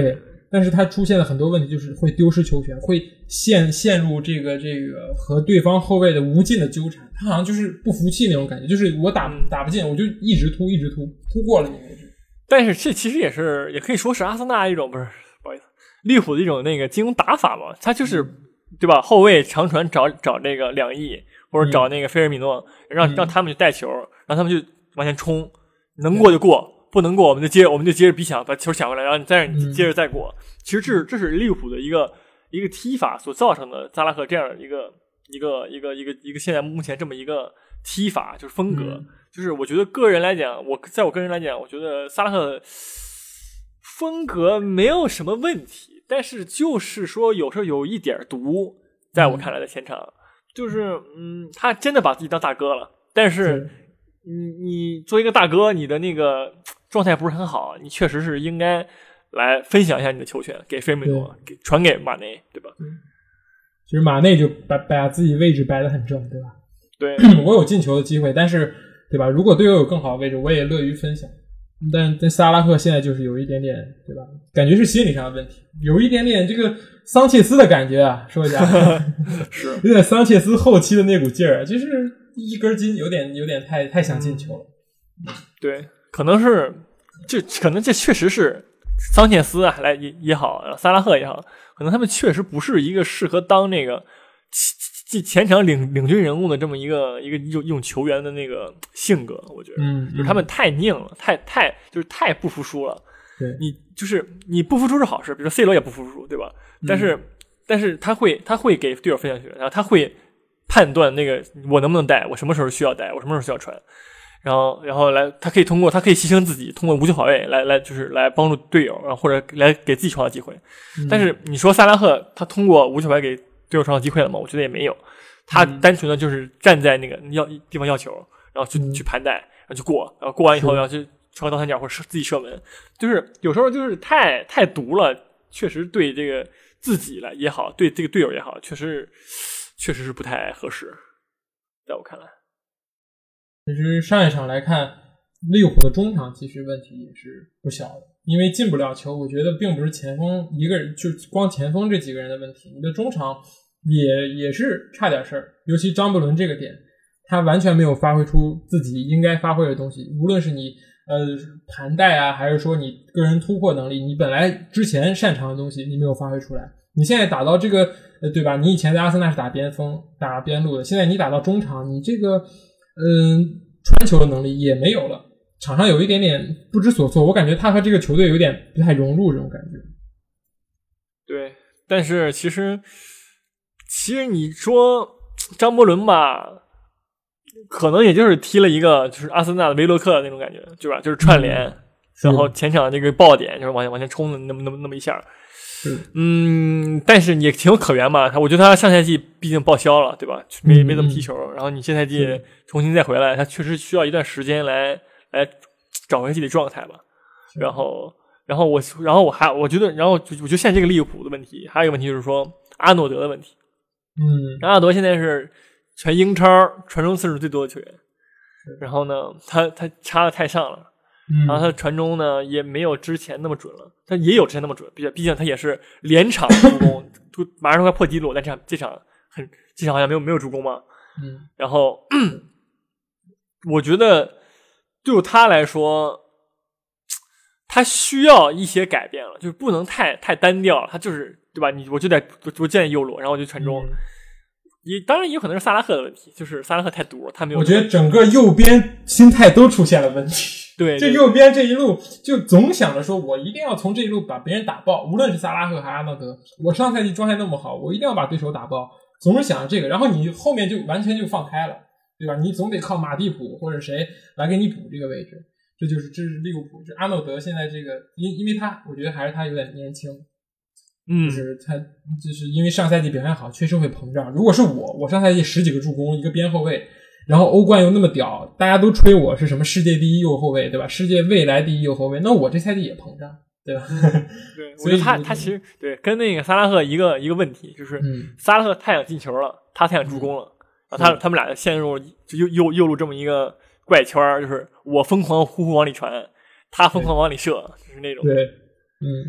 但是他出现了很多问题，就是会丢失球权，会陷入这个和对方后卫的无尽的纠缠，他好像就是不服气那种感觉，就是我打不进，我就一直突过了你为止。 但是这其实也可以说是阿森纳一种不好意思，利物浦的一种那个进攻打法嘛，他就是对吧？后卫长传找这个2亿，或者找那个菲尔米诺，让他们去带球，让他们就往前冲，能过就过，不能过我们就接着逼抢，把球抢回来，然后你接着再过。其实这是利物浦的一个踢法所造成的萨拉赫这样的一个现在目前这么一个踢法，就是风格。就是我觉得个人来讲，在我个人来讲，我觉得萨拉赫风格没有什么问题，但是就是说有时候有一点毒，在我看来的前场，就是他真的把自己当大哥了，但是你作为一个大哥，你的那个状态不是很好，你确实是应该来分享一下你的球权给菲尔米诺，传给马内，对吧？ 其实马内就把自己位置摆得很正，对吧？ 对， 我有进球的机会，但是对吧？如果队友有更好的位置，我也乐于分享。但萨拉赫现在就是有一点点，对吧？感觉是心理上的问题，有一点点这个桑切斯的感觉啊，说一下， 是有点桑切斯后期的那股劲儿，就是一根筋，有点太想进球了。 对，可能这确实是桑切斯啊来也好，萨拉赫也好，可能他们确实不是一个适合当那个前场领军人物的这么一种球员的那个性格，我觉得，就是他们太拧了，太不服输了。 对， 你不服输是好事，比如说 C 罗也不服输，对吧？但是他会给队友分享权，然后他会判断那个我能不能带，我什么时候需要带，我什么时候需要传，然后他可以牺牲自己，通过无球跑位来帮助队友，然后或者来给自己创造机会。但是你说萨拉赫他通过无球跑位给队友创造机会了吗？我觉得也没有，他单纯的就是站在那个地方要球，然后去盘带，然后去过，然后过完以后然后去传个倒三角或者自己射门，就是有时候就是太毒了，确实对这个自己来也好，对这个队友也好，确实是不太合适，在我看来。 其实上一场来看，利物浦的中场其实问题也是不小的，因为进不了球，我觉得并不是前锋一个人，就光前锋这几个人的问题，你的中场也是差点事儿，尤其张伯伦这个点，他完全没有发挥出自己应该发挥的东西，无论是你盘带啊，还是说你个人突破能力，你本来之前擅长的东西你没有发挥出来，你现在打到这个对吧？你以前在阿森纳是打边锋打边路的，现在你打到中场，你这个传球的能力也没有了，场上有一点点不知所措，我感觉他和这个球队有点不太融入这种感觉。 对，但是其实你说张伯伦吧，可能也就是踢了一个就是阿森纳的维洛克那种感觉，对吧？就是串联，然后前场这个爆点就是往前冲的那么一下。但是也情有可原嘛。我觉得他上赛季毕竟报销了，对吧？没怎么踢球，然后你这赛季重新再回来，他确实需要一段时间来找回自己的状态吧。然后我觉得现在这个利物浦的问题，还有一个问题就是说阿诺德的问题。阿诺德现在是全英超传中次数最多的球员，然后呢，他插的太上了。然后他传中呢也没有之前那么准了，他也有之前那么准，毕竟他也是连场助攻，马上快破纪录，但这场好像没有助攻嘛。然后我觉得对他来说，他需要一些改变了，就是不能太单调了，他就是对吧？我建右路，然后我就传中。当然也有可能是萨拉赫的问题，就是萨拉赫太毒了，他没有。 我觉得整个右边心态都出现了问题。 对， 这右边这一路就总想着说，我一定要从这一路把别人打爆，无论是萨拉赫还是阿诺德，我上赛季状态那么好，我一定要把对手打爆，总是想着这个，然后你后面就完全就放开了，对吧？你总得靠马蒂普或者谁来给你补这个位置，这是利物浦，这阿诺德现在这个，因为他，我觉得还是他有点年轻。就是他，就是因为上赛季表现好，确实会膨胀。如果是我上赛季10几个助攻，一个边后卫，然后欧冠又那么屌，大家都吹我是什么世界第一右后卫，对吧？世界未来第一右后卫，那我这赛季也膨胀，对吧？ 对，我觉得他其实对跟那个萨拉赫一个问题，就是萨拉赫太想进球了，他太想助攻了，然后他们俩陷入就右路这么一个怪圈，就是我疯狂呼往里传，他疯狂往里射，就是那种对，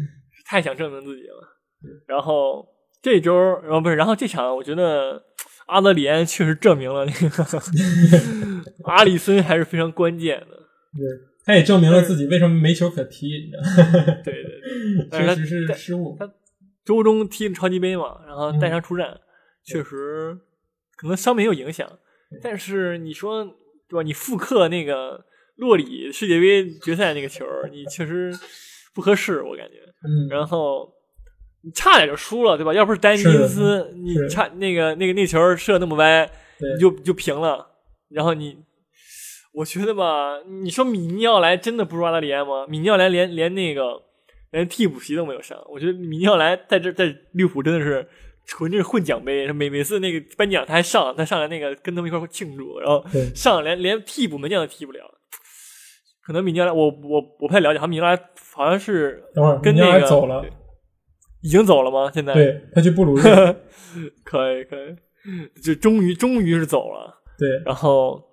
太想证明自己了。然后这周，然后这场我觉得阿德里安确实证明了那个阿里森还是非常关键的。 对，他也证明了自己为什么没球可踢，你知道吗？ 对， 确实是失误。 他周中踢超级杯嘛，然后带伤出战，确实可能伤病有影响。但是你说对吧？你复刻那个洛里世界杯决赛那个球，你确实不合适，我感觉。然后你差点就输了，对吧？要不是丹尼斯，你差那个球射那么歪，你就平了。然后我觉得吧，你说米尼奥莱真的不如阿德里安吗？米尼奥莱连替补席都没有上，我觉得米尼奥莱在利物浦真的是纯正混奖杯，每次那个颁奖他上来那个跟他们一块庆祝，然后上连替补门将都踢不了。可能米尼奥莱我不太了解，米尼奥莱好像是跟那个走了， 已经走了吗？现在对，他去布鲁日可以，就终于是走了。 对， 然后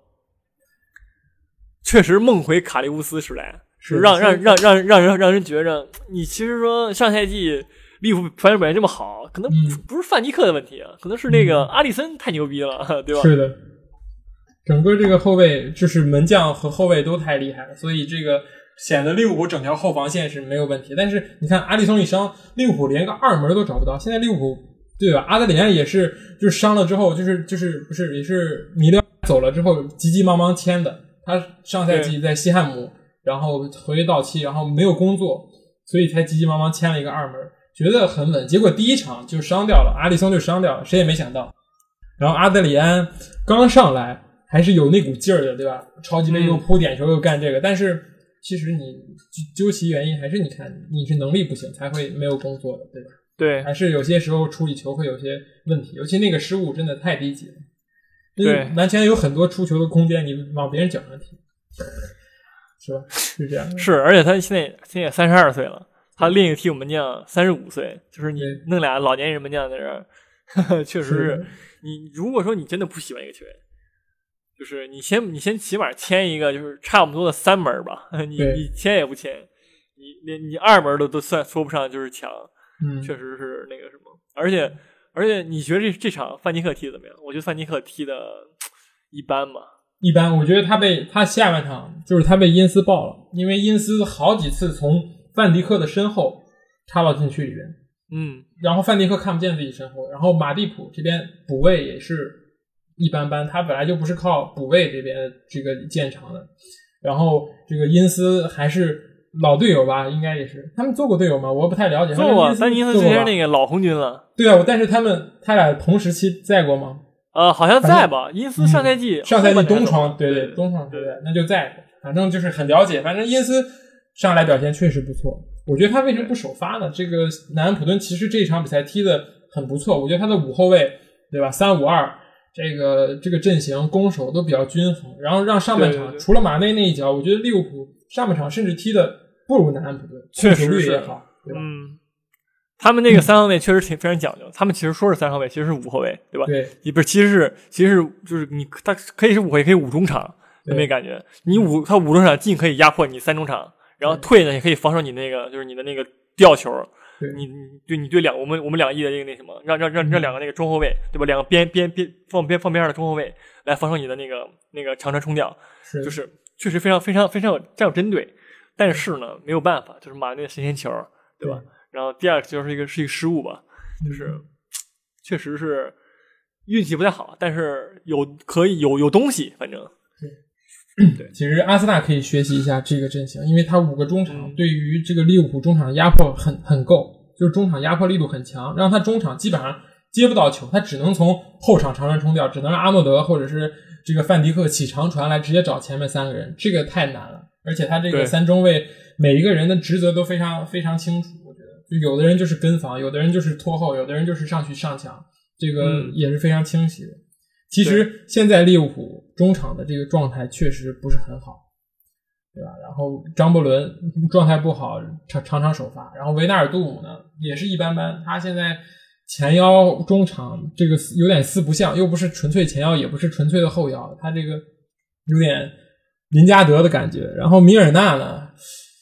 确实梦回卡利乌斯时代，是让人觉着，你其实说上赛季利物浦传球表现这么好，可能不是范迪克的问题啊，可能是那个阿里森太牛逼了，对吧？ 是的，整个这个后卫就是门将和后卫都太厉害了，所以这个显得利物浦整条后防线是没有问题。但是你看阿里松一伤，利物浦连个二门都找不到。现在利物浦对吧？阿德里安也是，就是伤了之后，就是不是也是米勒走了之后急急忙忙签的。他上赛季在西汉姆，然后合约到期，然后没有工作，所以才急急忙忙签了一个二门，觉得很稳。结果第一场就伤掉了，阿里松就伤掉了，谁也没想到。然后阿德里安刚上来还是有那股劲儿的，对吧？超级杯又扑点球又干这个，但是其实你究其原因，还是你看你是能力不行才会没有工作的，对吧？ 对， 还是有些时候处理球会有些问题，尤其那个失误真的太低级了。 对， 篮前有很多出球的空间，你往别人脚上踢，是吧？是这样的。 是，而且他现在也32岁了，他另一个替补门将35岁，就是你弄俩老年人门将在这儿，确实是。你如果说你真的不喜欢一个球员，就是你先起码签一个就是差不多的3门吧，你签也不签，你2门都算说不上就是强，确实是那个什么，而且你觉得这场范尼克踢的怎么样？我觉得范尼克踢的一般吧。 一般，我觉得他下半场就是他被因斯爆了，因为因斯好几次从范迪克的身后插到禁区里边，然后范迪克看不见自己身后，然后马蒂普这边补位也是一般般，他本来就不是靠补位这边这个见长的，然后这个因斯还是老队友吧，应该也是他们做过队友吗？我不太了解。 做过，但因斯之前那个老红军了。 对啊，但是他俩同时期在过吗？ 好像在吧。因斯上赛季东窗，对东窗对，那就在过，反正就是很了解。反正因斯上来表现确实不错，我觉得他为什么不首发呢？这个南安普顿其实这场比赛踢得很不错，我觉得他的5后卫对吧，3-5-2这个阵型攻守都比较均衡，然后让上半场除了马内那一脚，我觉得利物浦上半场甚至踢得不如南安普顿， 确实是也好，对吧？ 他们那个3号位确实非常讲究，他们其实说是3号位，其实是5后卫，对吧？ 对， 不是，其实是就是他可以是5后卫，可以5中场，有没有感觉？他5中场进可以压迫你3中场，然后退呢也可以防守你那个就是你的那个吊球。你对我们2翼的这个那什么，让2个那个中后卫，对吧？2个边放边上的中后卫来防守你的那个长传冲吊，就是确实非常占有针对。但是呢，没有办法，就是马内的神仙球，对吧？然后第二个就是一个失误吧，就是确实是运气不太好，但是有东西，反正对。其实阿森纳可以学习一下这个阵型，因为他5个中场对于这个利物浦中场压迫很够，就是中场压迫力度很强，让他中场基本上接不到球，他只能从后场长传冲吊，只能让阿诺德或者是这个范迪克起长传来直接找前面3个人，这个太难了。而且他这个3中卫每一个人的职责都非常非常清楚，我觉得就有的人就是跟防，有的人就是拖后，有的人就是上去上抢，这个也是非常清晰的。其实现在利物浦中场的这个状态确实不是很好，对吧？然后张伯伦状态不好，常首发，然后维纳尔杜姆呢也是一般般，他现在前腰中场这个有点四不像，又不是纯粹前腰，也不是纯粹的后腰，他这个有点林加德的感觉。然后米尔纳呢，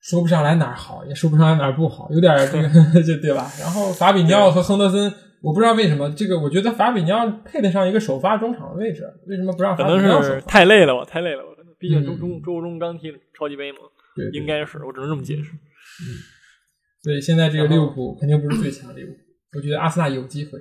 说不上来哪儿好，也说不上来哪儿不好，有点这个就对吧？然后法比尼奥和亨德森，我不知道为什么这个，我觉得法比尼奥配得上一个首发中场的位置，为什么不让法比尼奥首发？ 可能是太累了吧，毕竟周中刚踢超级杯嘛， 对， 应该是，我只能这么解释。 所以现在这个利物浦肯定不是最强的利物浦，我觉得阿森纳有机会。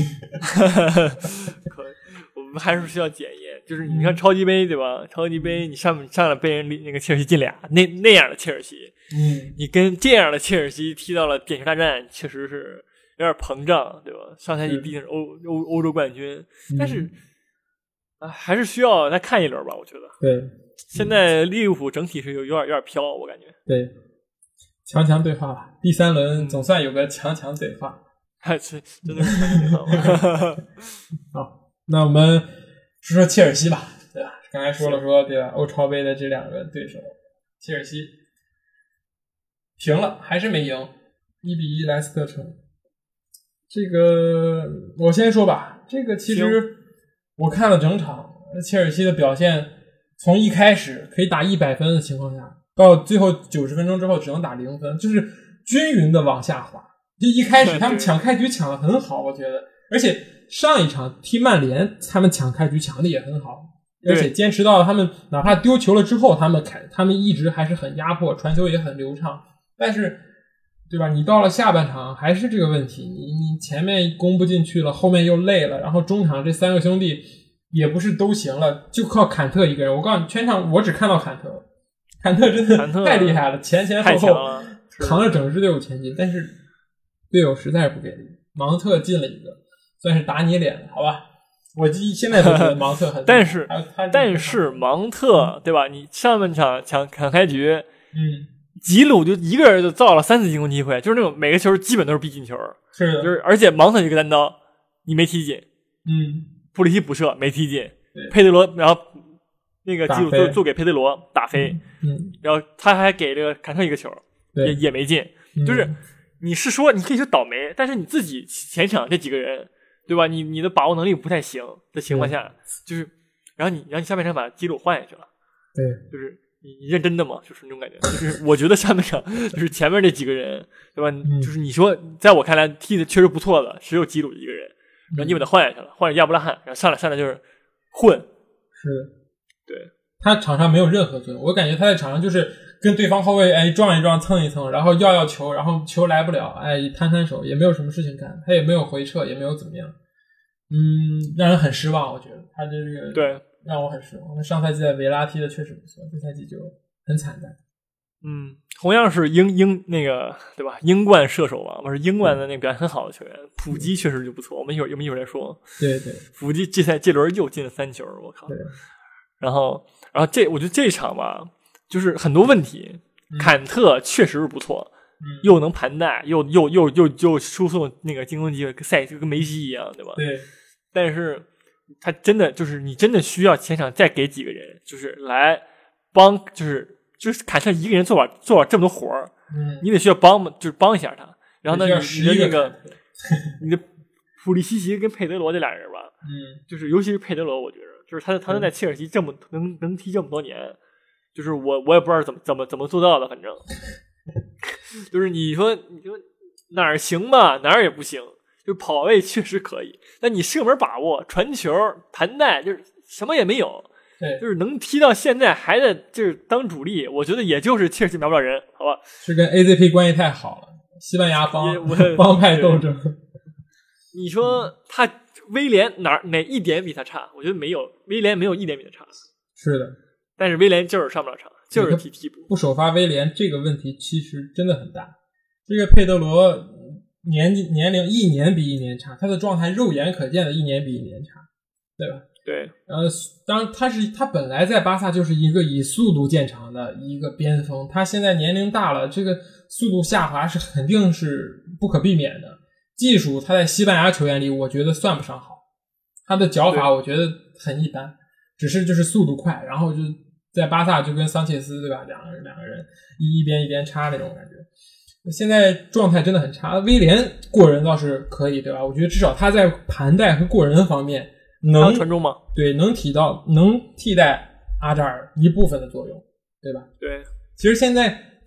可以，我们还是需要检验。就是你看超级杯对吧？超级杯你上来被人那个切尔西进俩，那样的切尔西，你跟这样的切尔西踢到了点球大战，确实是有点膨胀，对吧？上赛季毕竟是欧洲冠军，但是还是需要再看一轮吧，我觉得。 对， 现在利物浦整体是有点飘，我感觉。 对，强对话吧，第3轮总算有个强对话。 真的是强对话。 好，那我们说说切尔西吧，对吧？刚才说了对吧？欧超杯的这2个对手，切尔西平了，还是没赢，1-1莱斯特城。这个我先说吧，这个其实我看了整场，切尔西的表现从一开始可以打100分的情况下，到最后90分钟之后只能打0分，就是均匀的往下滑。就一开始他们抢开局抢得很好，我觉得，而且上一场踢曼联他们抢开局抢的也很好，而且坚持到他们哪怕丢球了之后，他们一直还是很压迫，传球也很流畅。但是对吧，你到了下半场还是这个问题，你前面攻不进去了，后面又累了，然后中场这3个兄弟也不是都行了，就靠坎特一个人。我告诉你，全场我只看到坎特真的太厉害了，前后后扛着整支队伍前进，但是队友实在是不给力。芒特进了一个，算是打你脸了，好吧？我现在都觉得芒特很但是芒特对吧？你上半场抢开局，吉鲁就一个人就造了3次进攻机会，就是那种每个球基本都是必进球， 是的， 就是而且芒特一个单刀你没踢进，普里西补射没踢进，佩德罗然后那个吉鲁就给佩德罗打飞，然后他还给这个坎特一个球，也没进，就是你是说你可以说倒霉，但是你自己前场这几个人对吧？你的把握能力不太行的情况下，就是然后你下半场把基鲁换下去了， 对， 就是你认真的吗？就是那种感觉，就是我觉得下半场就是前面这几个人对吧？就是你说在我看来踢的确实不错的，只有基鲁一个人，然后你把他换下去了，换成亚布拉罕，然后上来就是混， 是的， 对， 他场上没有任何作用，我感觉他在场上就是跟对方后卫撞一撞蹭一蹭，然后要球，然后球来不了，摊手，也没有什么事情干，他也没有回撤，也没有怎么样，让人很失望。我觉得他这个对让我很失望。上赛季在维拉踢的确实不错，这赛季就很惨淡。 同样是英那个对吧？英冠射手嘛，不是英冠的那个表现很好的球员，普基确实就不错。我们一会儿来说。对，普基这轮又进了3球，我靠！然后我觉得这一场吧，就是很多问题。坎特确实是不错，又能盘带，又输送那个进攻机会，跟梅西一样，对吧？ 对。但是他真的就是你真的需要前场再给几个人，就是来帮，就是坎特一个人做了这么多活儿，你得需要帮一下他。然后呢，你的那个你的普利西奇跟佩德罗这俩人吧，就是尤其是佩德罗，我觉得就是他能在切尔西这么能踢这么多年，就是我也不知道怎么做到的，反正就是你说哪儿行吧，哪儿也不行，就跑位确实可以，但你射门把握、传球、盘带就是什么也没有。 对， 就是能踢到现在还在就是当主力，我觉得也就是切尔西买不了人，好吧？ 是跟 AZP 关系太好了，西班牙帮派斗争。 你说他威廉哪一点比他差？我觉得没有，威廉没有一点比他差。 是的， 但是威廉就是上不了场，就是踢替补。 不首发威廉这个问题其实真的很大。这个佩德罗年龄一年比一年差，他的状态肉眼可见的一年比一年差，对吧？ 对， 当然他本来在巴萨就是一个以速度见长的一个边锋，他现在年龄大了，这个速度下滑是肯定是不可避免的。技术他在西班牙球员里我觉得算不上好，他的脚法我觉得很一般，只是就是速度快，然后就在巴萨就跟桑切斯对吧，两个人一边插那种感觉。现在状态真的很差，威廉过人倒是可以对吧？我觉得至少他在盘带和过人方面能传中吗？ 对，能替代阿扎尔一部分的作用，对吧？ 对。 其实现在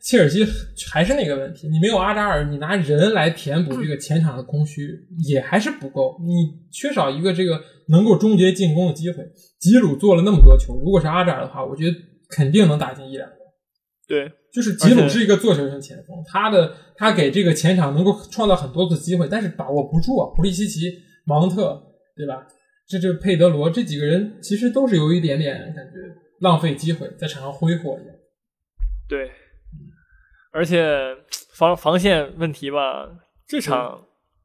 切尔西还是那个问题，你没有阿扎尔，你拿人来填补这个前场的空虚也还是不够，你缺少一个这个能够终结进攻的机会。吉鲁做了那么多球，如果是阿扎尔的话，我觉得肯定能打进1-2个。 对， 就是吉鲁是一个做球型前锋，他给这个前场能够创造很多次机会，但是把握不住啊。普利西奇、芒特，对吧？这佩德罗这几个人其实都是有一点点感觉浪费机会，在场上挥霍一样。 对，而且防线问题吧，这场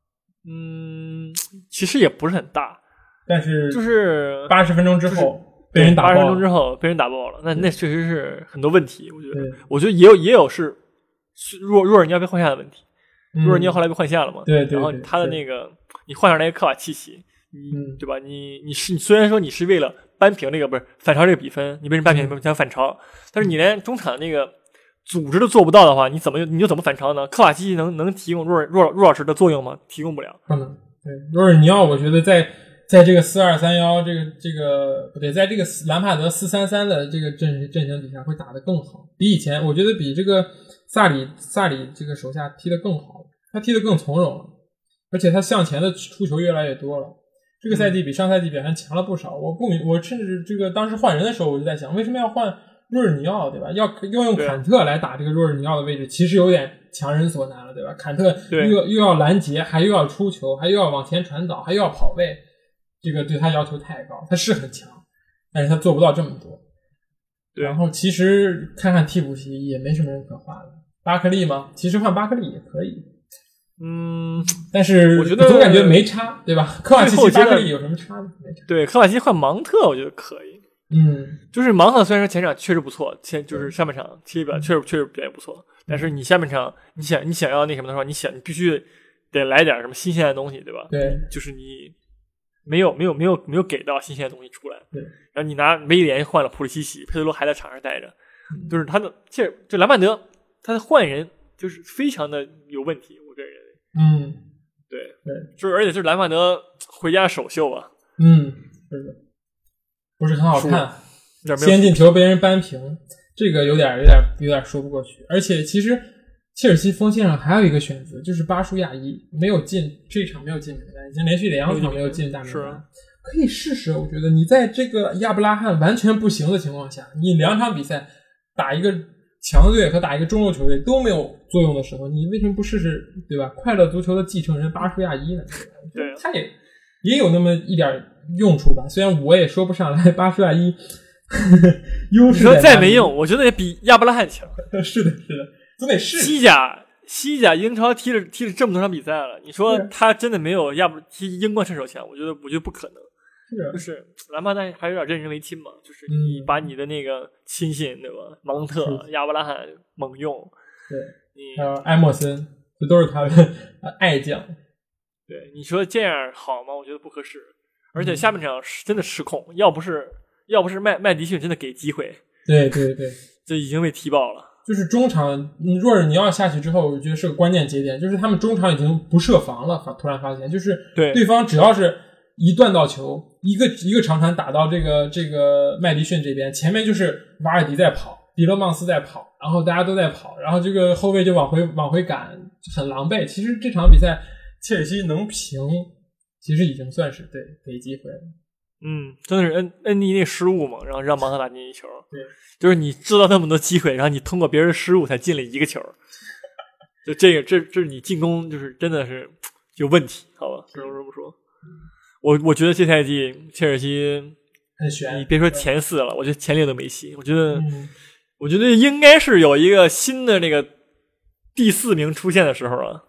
其实也不是很大， 但是就是 80分钟之后被人打爆了，80 分钟之后被人打爆了，那确实是很多问题。我觉得也有是若尔尼奥被换下的问题，若尔尼奥后来被换下了嘛， 对， 然后他的那个你换上来一个科瓦契奇，对吧？你虽然说你是为了扳平这个不是反超这个比分，你被人扳平想反超，但是你连中场那个组织都做不到的话，你就怎么反超呢？科瓦契奇能提供若老师的作用吗？提供不了。 对，若尔尼奥我觉得在这个4-2-3-1这个不对，在这个兰帕德4-3-3的这个阵型底下会打得更好，比以前我觉得比这个萨里这个手下踢得更好，他踢得更从容了，而且他向前的出球越来越多了。这个赛季比上赛季表现强了不少。我甚至这个当时换人的时候我就在想，为什么要换若尔尼奥，对吧？要用坎特来打这个若尔尼奥的位置，其实有点强人所难了，对吧？坎特又要拦截，还又要出球，还又要往前传导，还又要跑位，这个对他要求太高。他是很强，但是他做不到这么多。然后其实看看替补席也没什么人可换了。巴克利吗？其实换巴克利也可以。但是我觉得总感觉没差，对吧？科瓦契奇、巴克利有什么差呢？没差。 对，科瓦契奇换芒特，我觉得可以。就是芒特虽然说前场确实不错，就是上半场踢表确实表现不错，但是你下半场你想要那什么的话，你必须得来点什么新鲜的东西，对吧？ 对， 就是你没有给到新鲜的东西出来。 对， 然后你拿威廉换了普利西奇，佩德罗还在场上待着，就是他的其实这兰帕德他的换人就是非常的有问题，我个人认为。对，就是而且是兰帕德回家首秀啊。 是的。不是很好看，先进球被人扳平，这个有点说不过去。而且其实切尔西锋线上还有一个选择，就是巴舒亚伊没有进这一场，没有进名单，已经连续2场没有进大名单，可以试试。我觉得你在这个亚布拉罕完全不行的情况下，你2场比赛打一个强队和打一个中游球队都没有作用的时候，你为什么不试试，对吧？快乐足球的继承人巴舒亚伊呢？ 对， 他也有那么一点用处吧，虽然我也说不上来巴舒亚伊优势。 你说再没用，我觉得也比亚布拉罕强。 是的，总得试。 西甲英超踢了这么多场比赛了，你说他真的没有踢英冠射手强？我觉得不可能。就是兰帕德还有点任人唯亲嘛，就是你把你的那个亲信，对吧？芒特、亚布拉罕猛用， 对，还有埃默森，这都是他的爱将。 对，你说这样好吗？我觉得不合适。而且下半场真的失控，要不是麦迪逊真的给机会， 对， 就已经被踢爆了。 就是中场若尔尼奥下去之后，我觉得是个关键节点，就是他们中场已经不设防了，突然发现，就是对方只要是一断到球，一个长传打到这个麦迪逊这边，前面就是瓦尔迪在跑，迪勒曼斯在跑，然后大家都在跑，然后这个后卫就往回赶，很狼狈。其实这场比赛切尔西能平，其实已经算是对给机会了。 真的是恩尼那失误嘛，然后让芒特打进一球。 对， 就是你制造那么多机会，然后你通过别人失误才进了一个球，就这是你进攻就是真的是有问题，好吧？只能这么说。我觉得这赛季切尔西很悬， 你别说前4了，我觉得前6都没戏。我觉得应该是有一个新的那个第4名出现的时候啊。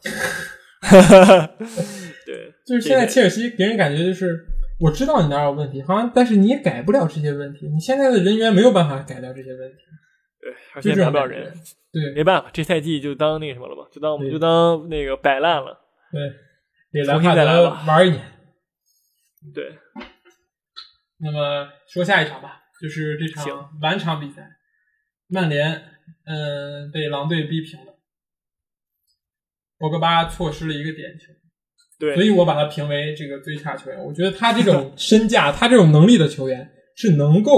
对， 就是现在切尔西给人感觉就是我知道你哪有问题，好像但是你也改不了这些问题，你现在的人员没有办法改掉这些问题。 对，而且改不了人， 对， 没办法，这赛季就当那个什么了吧，我们就当那个摆烂了。 对，给兰帕德玩1年。 对， 那么说下一场吧，就是这场晚场比赛，曼联被狼队逼平了，博格巴错失了一个点球， 对， 所以我把他评为这个最差球员。我觉得他这种身价，他这种能力的球员是能够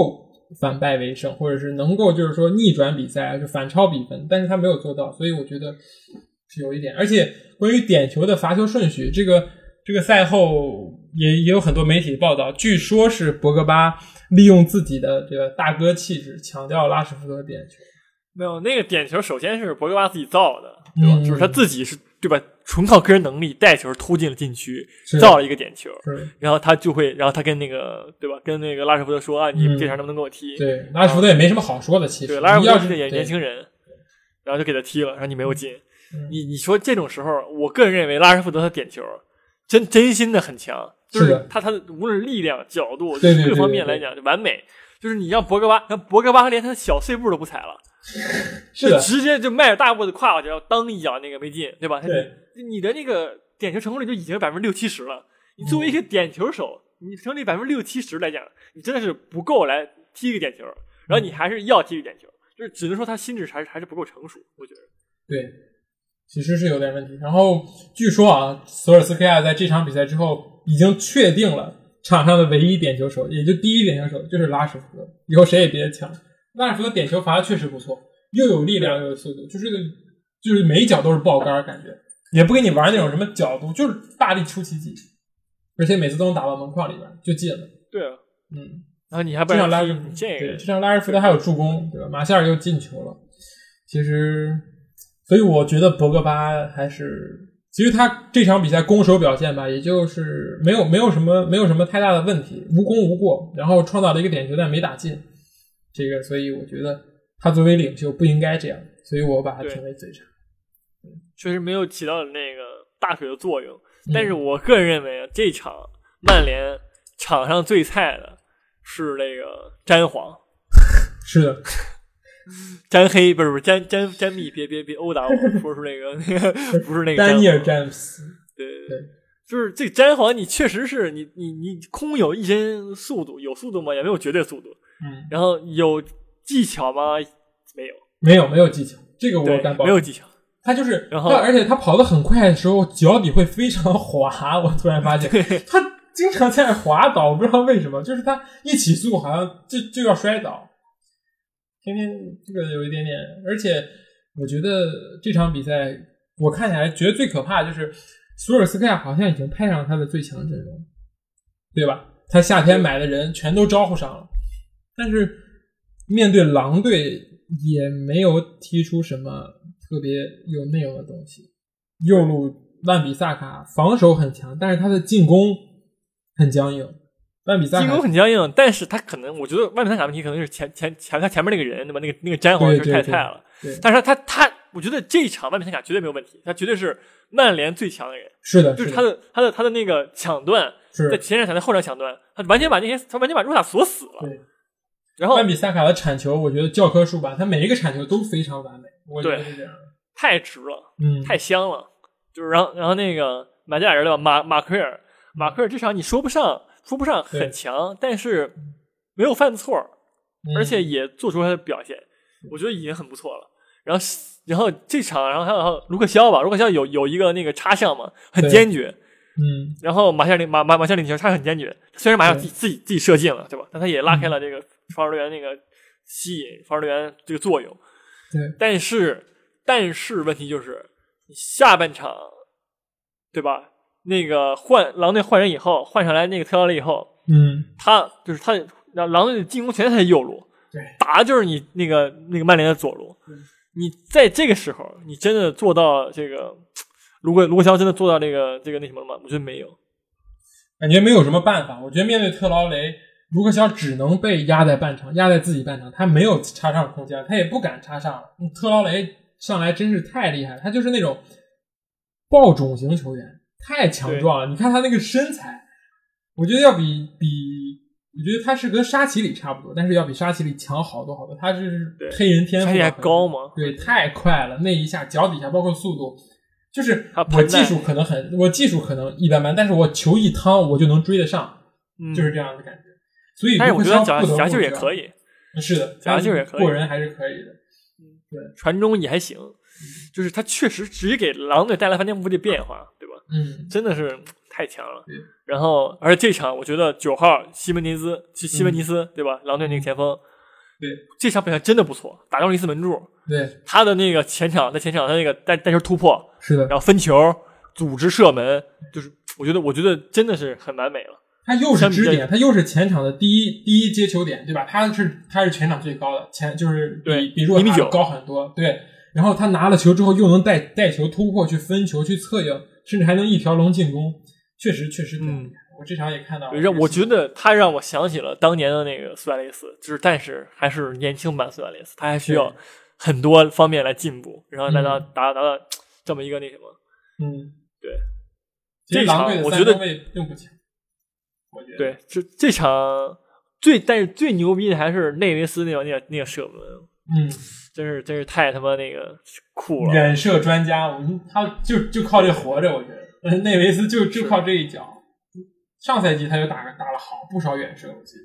反败为胜，或者是能够就是说逆转比赛，就反超比分，但是他没有做到，所以我觉得是有一点。而且关于点球的罚球顺序，这个赛后也有很多媒体报道，据说是博格巴利用自己的这个大哥气质抢掉拉什福德的点球。 没有，那个点球首先是博格巴自己造的，对吧？就是他自己是对吧？纯靠个人能力带球突进了禁区，造了一个点球，然后他跟那个对吧？跟那个拉什福德说啊，你这场能不能给我踢？ 对，拉什福德也没什么好说的，其实对，拉什福德是年轻人，然后就给他踢了，然后你没有进。你说这种时候，我个人认为拉什福德的点球真心的很强，就是他的无论力量、角度各方面来讲就完美。就是你让博格巴连他的小碎步都不踩了。 是的， 直接就迈着大步的跨过去，然后当一脚那个没进，对吧？ 对， 你的那个点球成功率就已经60%-70%了。你作为一个点球手，你成功率60%-70%来讲，你真的是不够来踢一个点球，然后你还是要踢一个点球，就是只能说他心智还是不够成熟，我觉得。 对，其实是有点问题。然后据说啊，索尔斯克亚在这场比赛之后已经确定了场上的唯一点球手，也就第一点球手就是拉什福德，以后谁也别抢。拉什福德点球罚的确实不错，又有力量又有速度，就是每一脚都是爆杆，感觉也不给你玩那种什么角度，就是大力出奇迹，而且每次都能打到门框里边就进了。 对啊，然后你还不让这场拉什福德还有助攻，对吧？马夏尔又进球了。其实，所以我觉得博格巴还是，其实他这场比赛攻守表现吧，也就是没有什么太大的问题，无功无过，然后创造了一个点球但没打进。这个，所以我觉得他作为领袖不应该这样，所以我把他评为最差。 确实没有起到那个大水的作用，但是我个人认为啊，这场曼联场上最菜的是那个詹皇。 是的， 詹黑不是詹密，别殴打我，说是那个不是那个丹尼尔詹姆斯。 对，就是这个詹皇，你确实是你空有一身速度，有速度吗？也没有绝对速度。然后有技巧吗？没有技巧，这个我敢保证。 没有技巧。 他就是， 然后而且他跑得很快的时候，脚底会非常滑。我突然发现，他经常在滑倒，我不知道为什么，就是他一起速好像就要摔倒，天天这个有一点点。而且我觉得这场比赛我看起来觉得最可怕的就是索尔斯克亚好像已经派上他的最强阵容，对吧？他夏天买的人全都招呼上了。但是面对狼队也没有踢出什么特别有内容的东西。右路万比萨卡防守很强，但是他的进攻很僵硬。万比萨卡进攻很僵硬，但是他可能我觉得万比萨卡问题可能是他前面那个人，对吧？那个詹皇是太菜了。 对， 但是他我觉得这场万比萨卡绝对没有问题，他绝对是曼联最强的人。 是的， 就是他的那个抢断，在前场抢在后场抢断，他完全把若塔锁死了。 对。 然后万比萨卡的铲球我觉得教科书吧，他每一个铲球都非常完美，我觉得是这样的。 太直了，太香了。就是然后那个马加尔对吧？马奎尔这场你说不上很强，但是没有犯错，而且也做出他的表现，我觉得已经很不错了。然后这场，然后还有卢克肖吧，卢克肖有一个那个插项嘛，很坚决。然后马夏领球插很坚决，虽然马夏自己射进了，对吧？但他也拉开了这个防守队员那个吸引防守队员这个作用。 对， 但是问题就是下半场，对吧？那个狼队换人以后，换上来那个特劳雷以后，他狼队的进攻全在他的右路， 对， 打的就是你那个曼联的左路。你在这个时候，你真的做到这个？卢克肖真的做到那什么了吗？我觉得没有， 感觉没有什么办法。我觉得面对特劳雷，卢克肖只能被压在半场，压在自己半场，他没有插上空间，他也不敢插上了。特劳雷上来真是太厉害，他就是那种爆种型球员，太强壮了。你看他那个身材，我觉得要比我觉得他是跟沙奇里差不多，但是要比沙奇里强好多好多。他是黑人天赋， 沙奇还高吗？ 对，太快了，那一下脚底下包括速度。就是我技术可能一般般，但是我球一趟我就能追得上，就是这样的感觉。所以但是我觉得夹球也可以， 是的， 夹球也可以， 过人还是可以的。对， 传中也还行，就是他确实直接给狼队带来翻天覆地变化，对吧？真的是太强了。然后，而且这场我觉得9号西门尼斯对吧？狼队那个前锋对， 这场表现真的不错，打中了一次门柱。 对， 他的那个在前场他那个带球突破， 是的， 然后分球、组织射门，就是我觉得真的是很完美了。 他又是支点，他又是前场的第一接球点，对吧？他是全场最高的，就是比若塔高很多，对。然后他拿了球之后，又能带球突破去分球去策应，甚至还能一条龙进攻，确实。我这场也看到了。 我觉得他让我想起了当年的那个苏亚雷斯，但是还是年轻版苏亚雷斯，他还需要很多方面来进步，然后来达到这么一个那什么。对。这场我觉得并不强。 对，这场但是最牛逼的还是内维斯那个射门，真是太他妈那个酷了， 远射专家，他就靠这活着，我觉得内维斯就靠这一脚，上赛季他就打了好不少远射，我记得，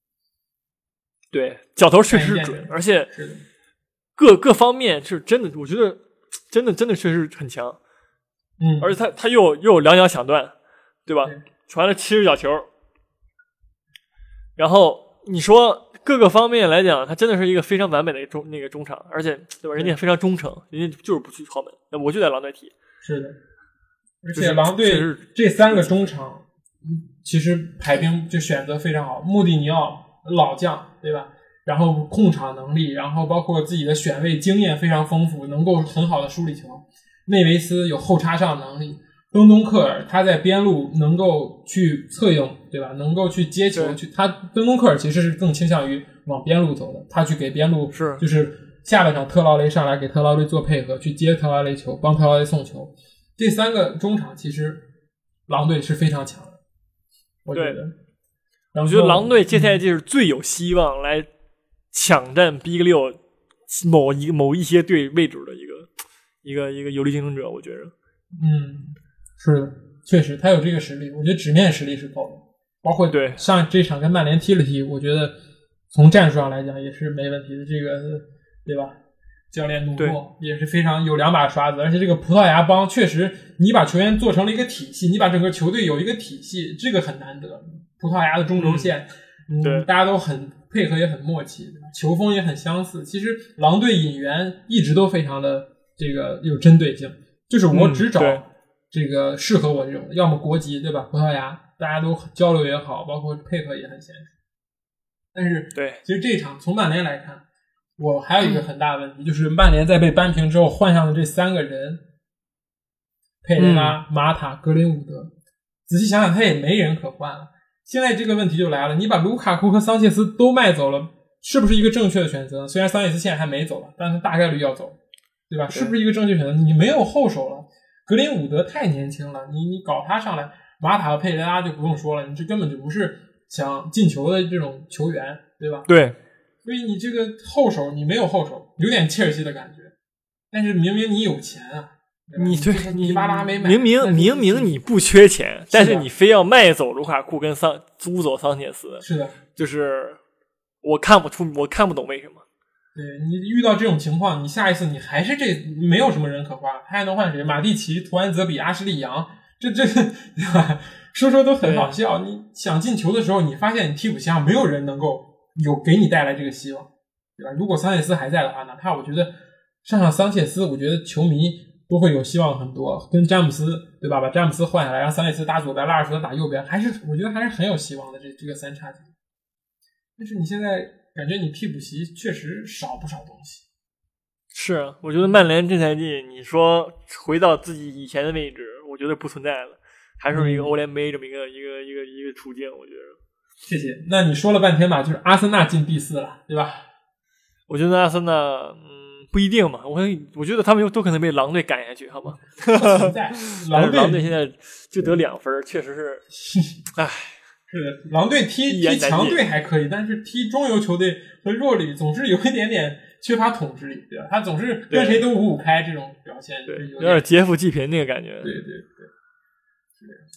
对，脚头确实准，而且各方面是真的，我觉得真的确实很强，而且他又有两脚抢断，对吧？传了70脚球。然后你说各个方面来讲，他真的是一个非常完美的中场，而且对吧？人家非常忠诚，人家就是不去豪门，那我就在狼队踢。 是的，而且狼队这3个中场其实排兵就选择非常好，穆蒂尼奥老将，对吧？然后控场能力，然后包括自己的选位经验非常丰富，能够很好的梳理球。内维斯有后插上能力。东克尔他在边路能够去策应，对吧？能够去接球，他东克尔其实是更倾向于往边路走的，他去给边路就是下半场特劳雷上来给特劳雷做配合，去接特劳雷球，帮特劳雷送球。这3个中场其实狼队是非常强的，我觉得。 我觉得狼队这赛季是最有希望来抢占 Big 6某一些队位置的一个有力竞争者，我觉得。 是的，确实他有这个实力，我觉得纸面实力是够的，包括上这场跟曼联踢了踢，我觉得从战术上来讲也是没问题的，这个对吧？教练努诺也是非常有2把刷子，而且这个葡萄牙帮确实，你把球员做成了一个体系，你把整个球队有一个体系，这个很难得。葡萄牙的中轴线，大家都很配合，也很默契，球风也很相似。其实狼队引援一直都非常的这个有针对性，就是我只找这个适合我这种，要么国籍，对吧？葡萄牙，大家都交流也好，包括配合也很娴熟。但是，其实这一场从曼联来看，我还有一个很大的问题，就是曼联在被扳平之后换上的这3个人，佩雷拉、马塔、格林伍德，仔细想想他也没人可换了。现在这个问题就来了，你把卢卡库和桑切斯都卖走了，是不是一个正确的选择？虽然桑切斯现在还没走吧，但是大概率要走，对吧？是不是一个正确选择？你没有后手了。格林伍德太年轻了，你搞他上来，马塔和佩雷拉就不用说了，你这根本就不是想进球的这种球员，对吧？ 对， 所以你这个后手你没有后手，有点切尔西的感觉。但是明明你有钱啊，你巴拉没买， 明明你不缺钱，但是你非要卖走卢卡库跟租走桑切斯， 是的， 就是我看不懂为什么。 对，你遇到这种情况，你下一次你还是没有什么人可花，他还能换谁？马蒂奇、图安泽比、阿什利杨，这对吧？说都很好笑。你想进球的时候，你发现你替补席上没有人能够给你带来这个希望，对吧？如果桑切斯还在的话，哪怕我觉得上桑切斯，我觉得球迷都会有希望很多。跟詹姆斯，对吧？把詹姆斯换下来，让桑切斯打左边，拉尔福德打右边，我觉得还是很有希望的。这个3叉戟，但是你现在。感觉你替补席确实少不少东西。 是，我觉得曼联这赛季，你说回到自己以前的位置，我觉得不存在了，还是一个欧联杯这么一个处境。我觉得。 谢谢。那你说了半天吧，就是阿森纳进第4了，对吧？ 我觉得阿森纳，不一定嘛。我觉得他们都可能被狼队赶下去，好吗？ 存在。 狼队现在就得2分，确实是，唉。 是的，狼队踢强队还可以，但是踢中游球队和弱旅总是有一点点缺乏统治力，对吧？他总是跟谁都5-5开，这种表现有点劫富济贫那个感觉。 对，是这样。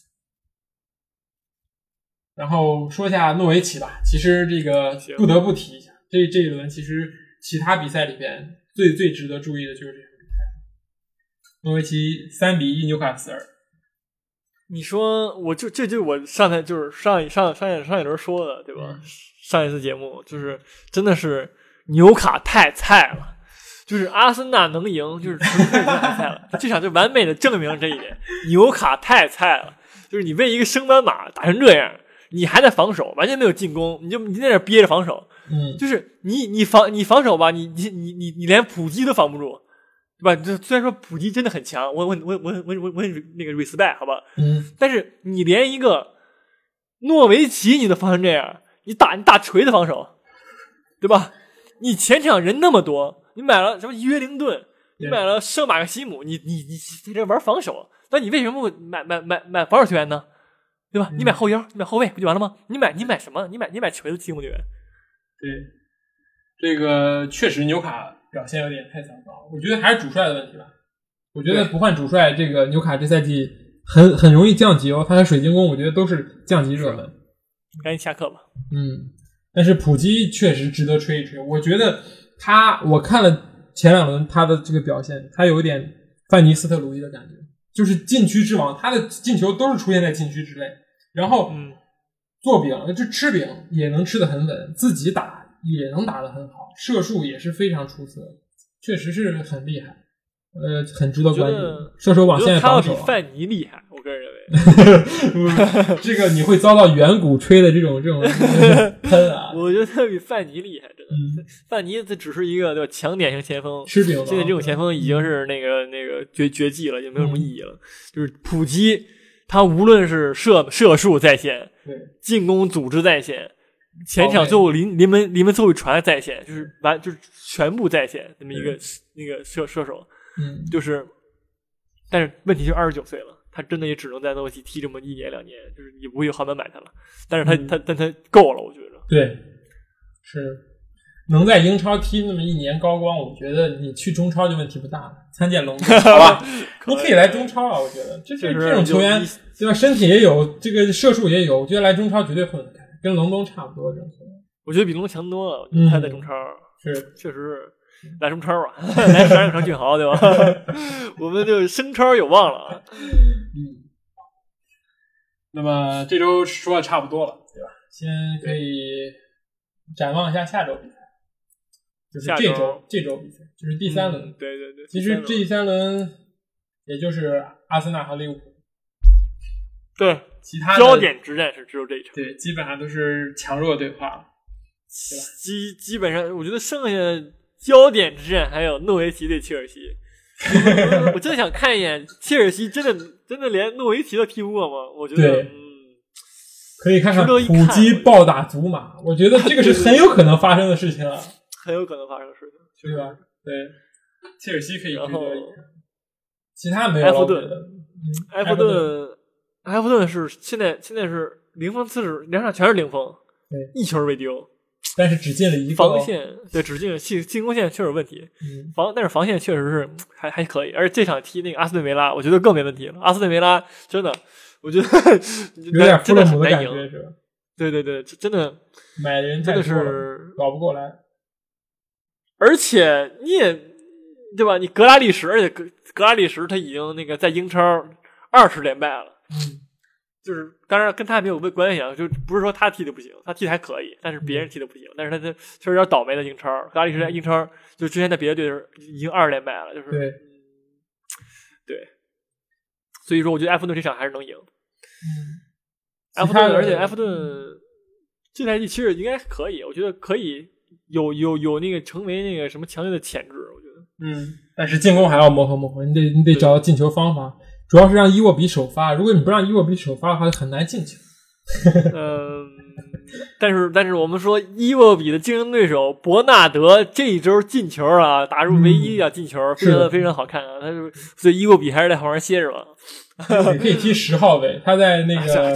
然后说一下诺维奇吧，其实这个不得不提一下，这一轮其实其他比赛里边最值得注意的就是这场比赛，诺维奇3-1纽卡斯尔。 你说这就我上一轮说的，对吧？上一次节目就是真的是纽卡太菜了，就是阿森纳能赢，就是纯粹太菜了。这场就完美的证明了这一点，纽卡太菜了，就是你为一个升班马打成这样，你还在防守，完全没有进攻，你在那憋着防守，就是你防守吧，你连普基都防不住，对吧？这虽然说普基真的很强，我那个 respect 好吧，但是你连一个诺维奇你都防成这样，你打锤的防守，对吧？你前场人那么多，你买了什么约灵顿，你买了圣马克西姆，你在这玩防守，那你为什么不买防守球员呢？对吧？你买后腰，你买后卫不就完了吗？你买什么？你买锤子进攻球员。 对，这个确实纽卡表现有点太糟糕，我觉得还是主帅的问题吧。我觉得不换主帅，这个纽卡这赛季很容易降级哦。他和水晶宫我觉得都是降级热门。 赶紧下课吧。 但是普基确实值得吹一吹。我觉得我看了前2轮他的这个表现，他有一点范尼斯特鲁伊的感觉，就是禁区之王，他的进球都是出现在禁区之内，然后做饼就吃饼也能吃得很稳，自己打也能打得很好，射术也是非常出色，确实是很厉害。很值得关注。射手网现在榜首， 他要比范尼厉害，我个人认为。 这个你会遭到远古吹的这种喷啊！ 我觉得他比范尼厉害，真的。范尼这只是一个对吧强点型前锋， 吃饼。 现在这种前锋已经是那个绝技了，也没有什么意义了。就是普基，他无论是射术在线， 对， 进攻组织在线，前场最后临门最后一传在线，就是全部在线，这么一个那个射手。就是，但是问题就29岁了，他真的也只能在诺维奇踢这么1年2年，就是也不会有豪门买他了。但是他够了，我觉得。 对，是能在英超踢那么1年高光，我觉得你去中超就问题不大了。参见龙哥，好吧？你可以来中超啊，我觉得这种球员，对吧？身体也有，这个射术也有，我觉得来中超绝对混得开，跟隆东差不多这种球员。 我觉得比隆东强多了，他在中超是确实。来什么超啊？来12个超俊豪，对吧？我们就升超有望了。 那么这周说的差不多了，对吧？先可以展望一下下周比赛，就是这周比赛，就是第3轮。 对。 其实这3轮也就是阿森纳和利物浦。 对， 其他焦点之战是只有这一场。 对，基本上都是强弱对话了， 对吧？基本上，我觉得剩下焦点之战还有诺维奇对切尔西，我真的想看一眼切尔西真的连诺维奇都踢不过吗？我觉得可以看看普基暴打祖马，我觉得这个是很有可能发生的事情啊， 很有可能发生的事情， 对吧？对，切尔西可以值得一看，其他没有。 埃弗顿是现在是0封次数，2场全是0封， 对 ，1球未丢。 但是只进了1个， 防线对只进了进攻线确实有问题，但是防线确实是还可以，而且这场踢那个阿斯顿维拉，我觉得更没问题了。阿斯顿维拉真的，我觉得有点弗洛姆的感觉，是吧？ 对，真的买人真的是搞不过来， 而且你也对吧？你格拉利什，而且格拉利什他已经那个在英超20连败了，就是当然跟他没有关系啊，就不是说他踢的不行，他踢的还可以，但是别人踢的不行，但是他确实有点倒霉的英超。格拉利什在英超就之前在别的队已经20连败了，就是对，所以说我觉得埃弗顿这场还是能赢。埃弗顿，而且埃弗顿这赛季其实应该可以，我觉得可以有那个成为那个什么强队的潜质，我觉得。 但是进攻还要磨合，你得找到进球方法。主要是让伊沃比首发，如果你不让伊沃比首发的话，就很难进球。 但是我们说伊沃比的竞争对手伯纳德这一周进球啊，打入唯一啊进球，非常好看啊。所以伊沃比还是在旁边歇着吧。 可以踢10号位，他在那个。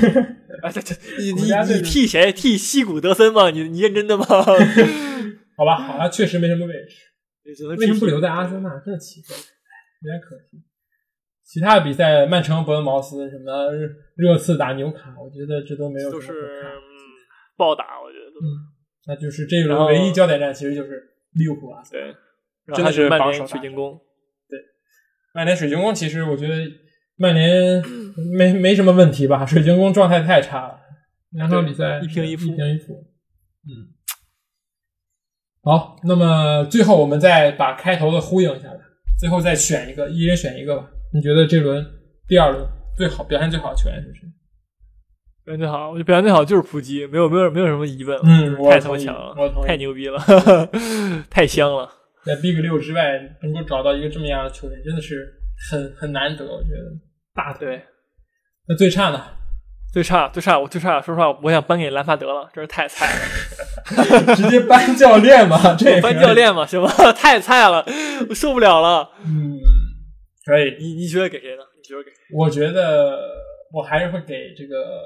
你替谁？替西古德森吗？你认真的吗？ 好吧，他确实没什么位置。为什么不留在阿森纳？真的奇怪，有点可惜。其他的比赛，曼城、伯恩茅斯什么热刺打纽卡，我觉得这都没有什么可看， 都是暴打，我觉得。 那就是这一轮唯一焦点战，其实就是利物浦啊。 对， 真的是曼联水晶宫。 对，曼联水晶宫其实我觉得曼联没什么问题吧，水晶宫状态太差了，2场比赛一平一负。 好，那么最后我们再把开头的呼应一下吧，最后再选一个，一人选一个吧。你觉得这轮第二轮最好表现最好的球员是谁？ 表现最好，我觉得表现最好就是扑击，没有什么疑问。太他妈强了，太牛逼了，太香了。 在 Big 6之外能够找到一个这么样的球员，真的是很难得，我觉得大对。 那最差呢？ 最差，说实话，我想颁给兰帕德了，真是太菜了。 直接颁教练嘛？这颁教练嘛？行吧，太菜了，我受不了了。 可以。 你觉得给谁呢？ 我觉得我还是会给这个。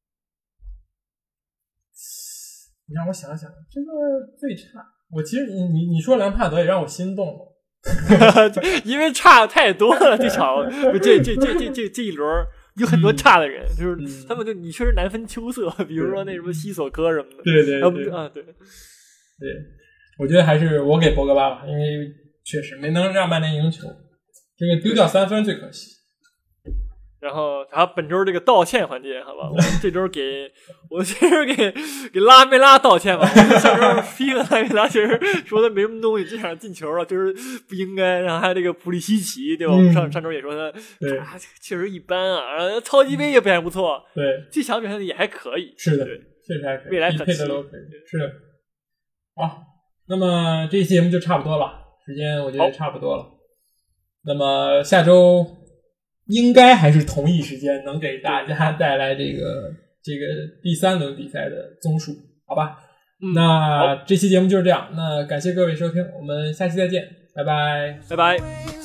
你让我想想，这个最差。我其实你说兰帕德也让我心动了， 因为差太多了。这场这一轮有很多差的人，就是他们就你确实难分秋色。比如说那什么西索科什么的， 对，我觉得还是我给博格巴吧，因为确实没能让曼联赢球，这个丢掉3分最可惜。 然后他本周这个道歉环节，好吧，我这周给拉梅拉道歉吧。我上周批评拉梅拉，其实说他没什么东西，这场进球了就是不应该。然后还有这个普利西奇，对吧？我们上周也说他确实一般啊。超级杯也表现不错， 对， 这场表现的也还可以， 是的，确实还可以， 未来可期， 是的。好，那么这一期节目就差不多了，时间我觉得也差不多了。那么下周应该还是同一时间能给大家带来这个第3轮比赛的综述，好吧？那这期节目就是这样，那感谢各位收听，我们下期再见，拜拜。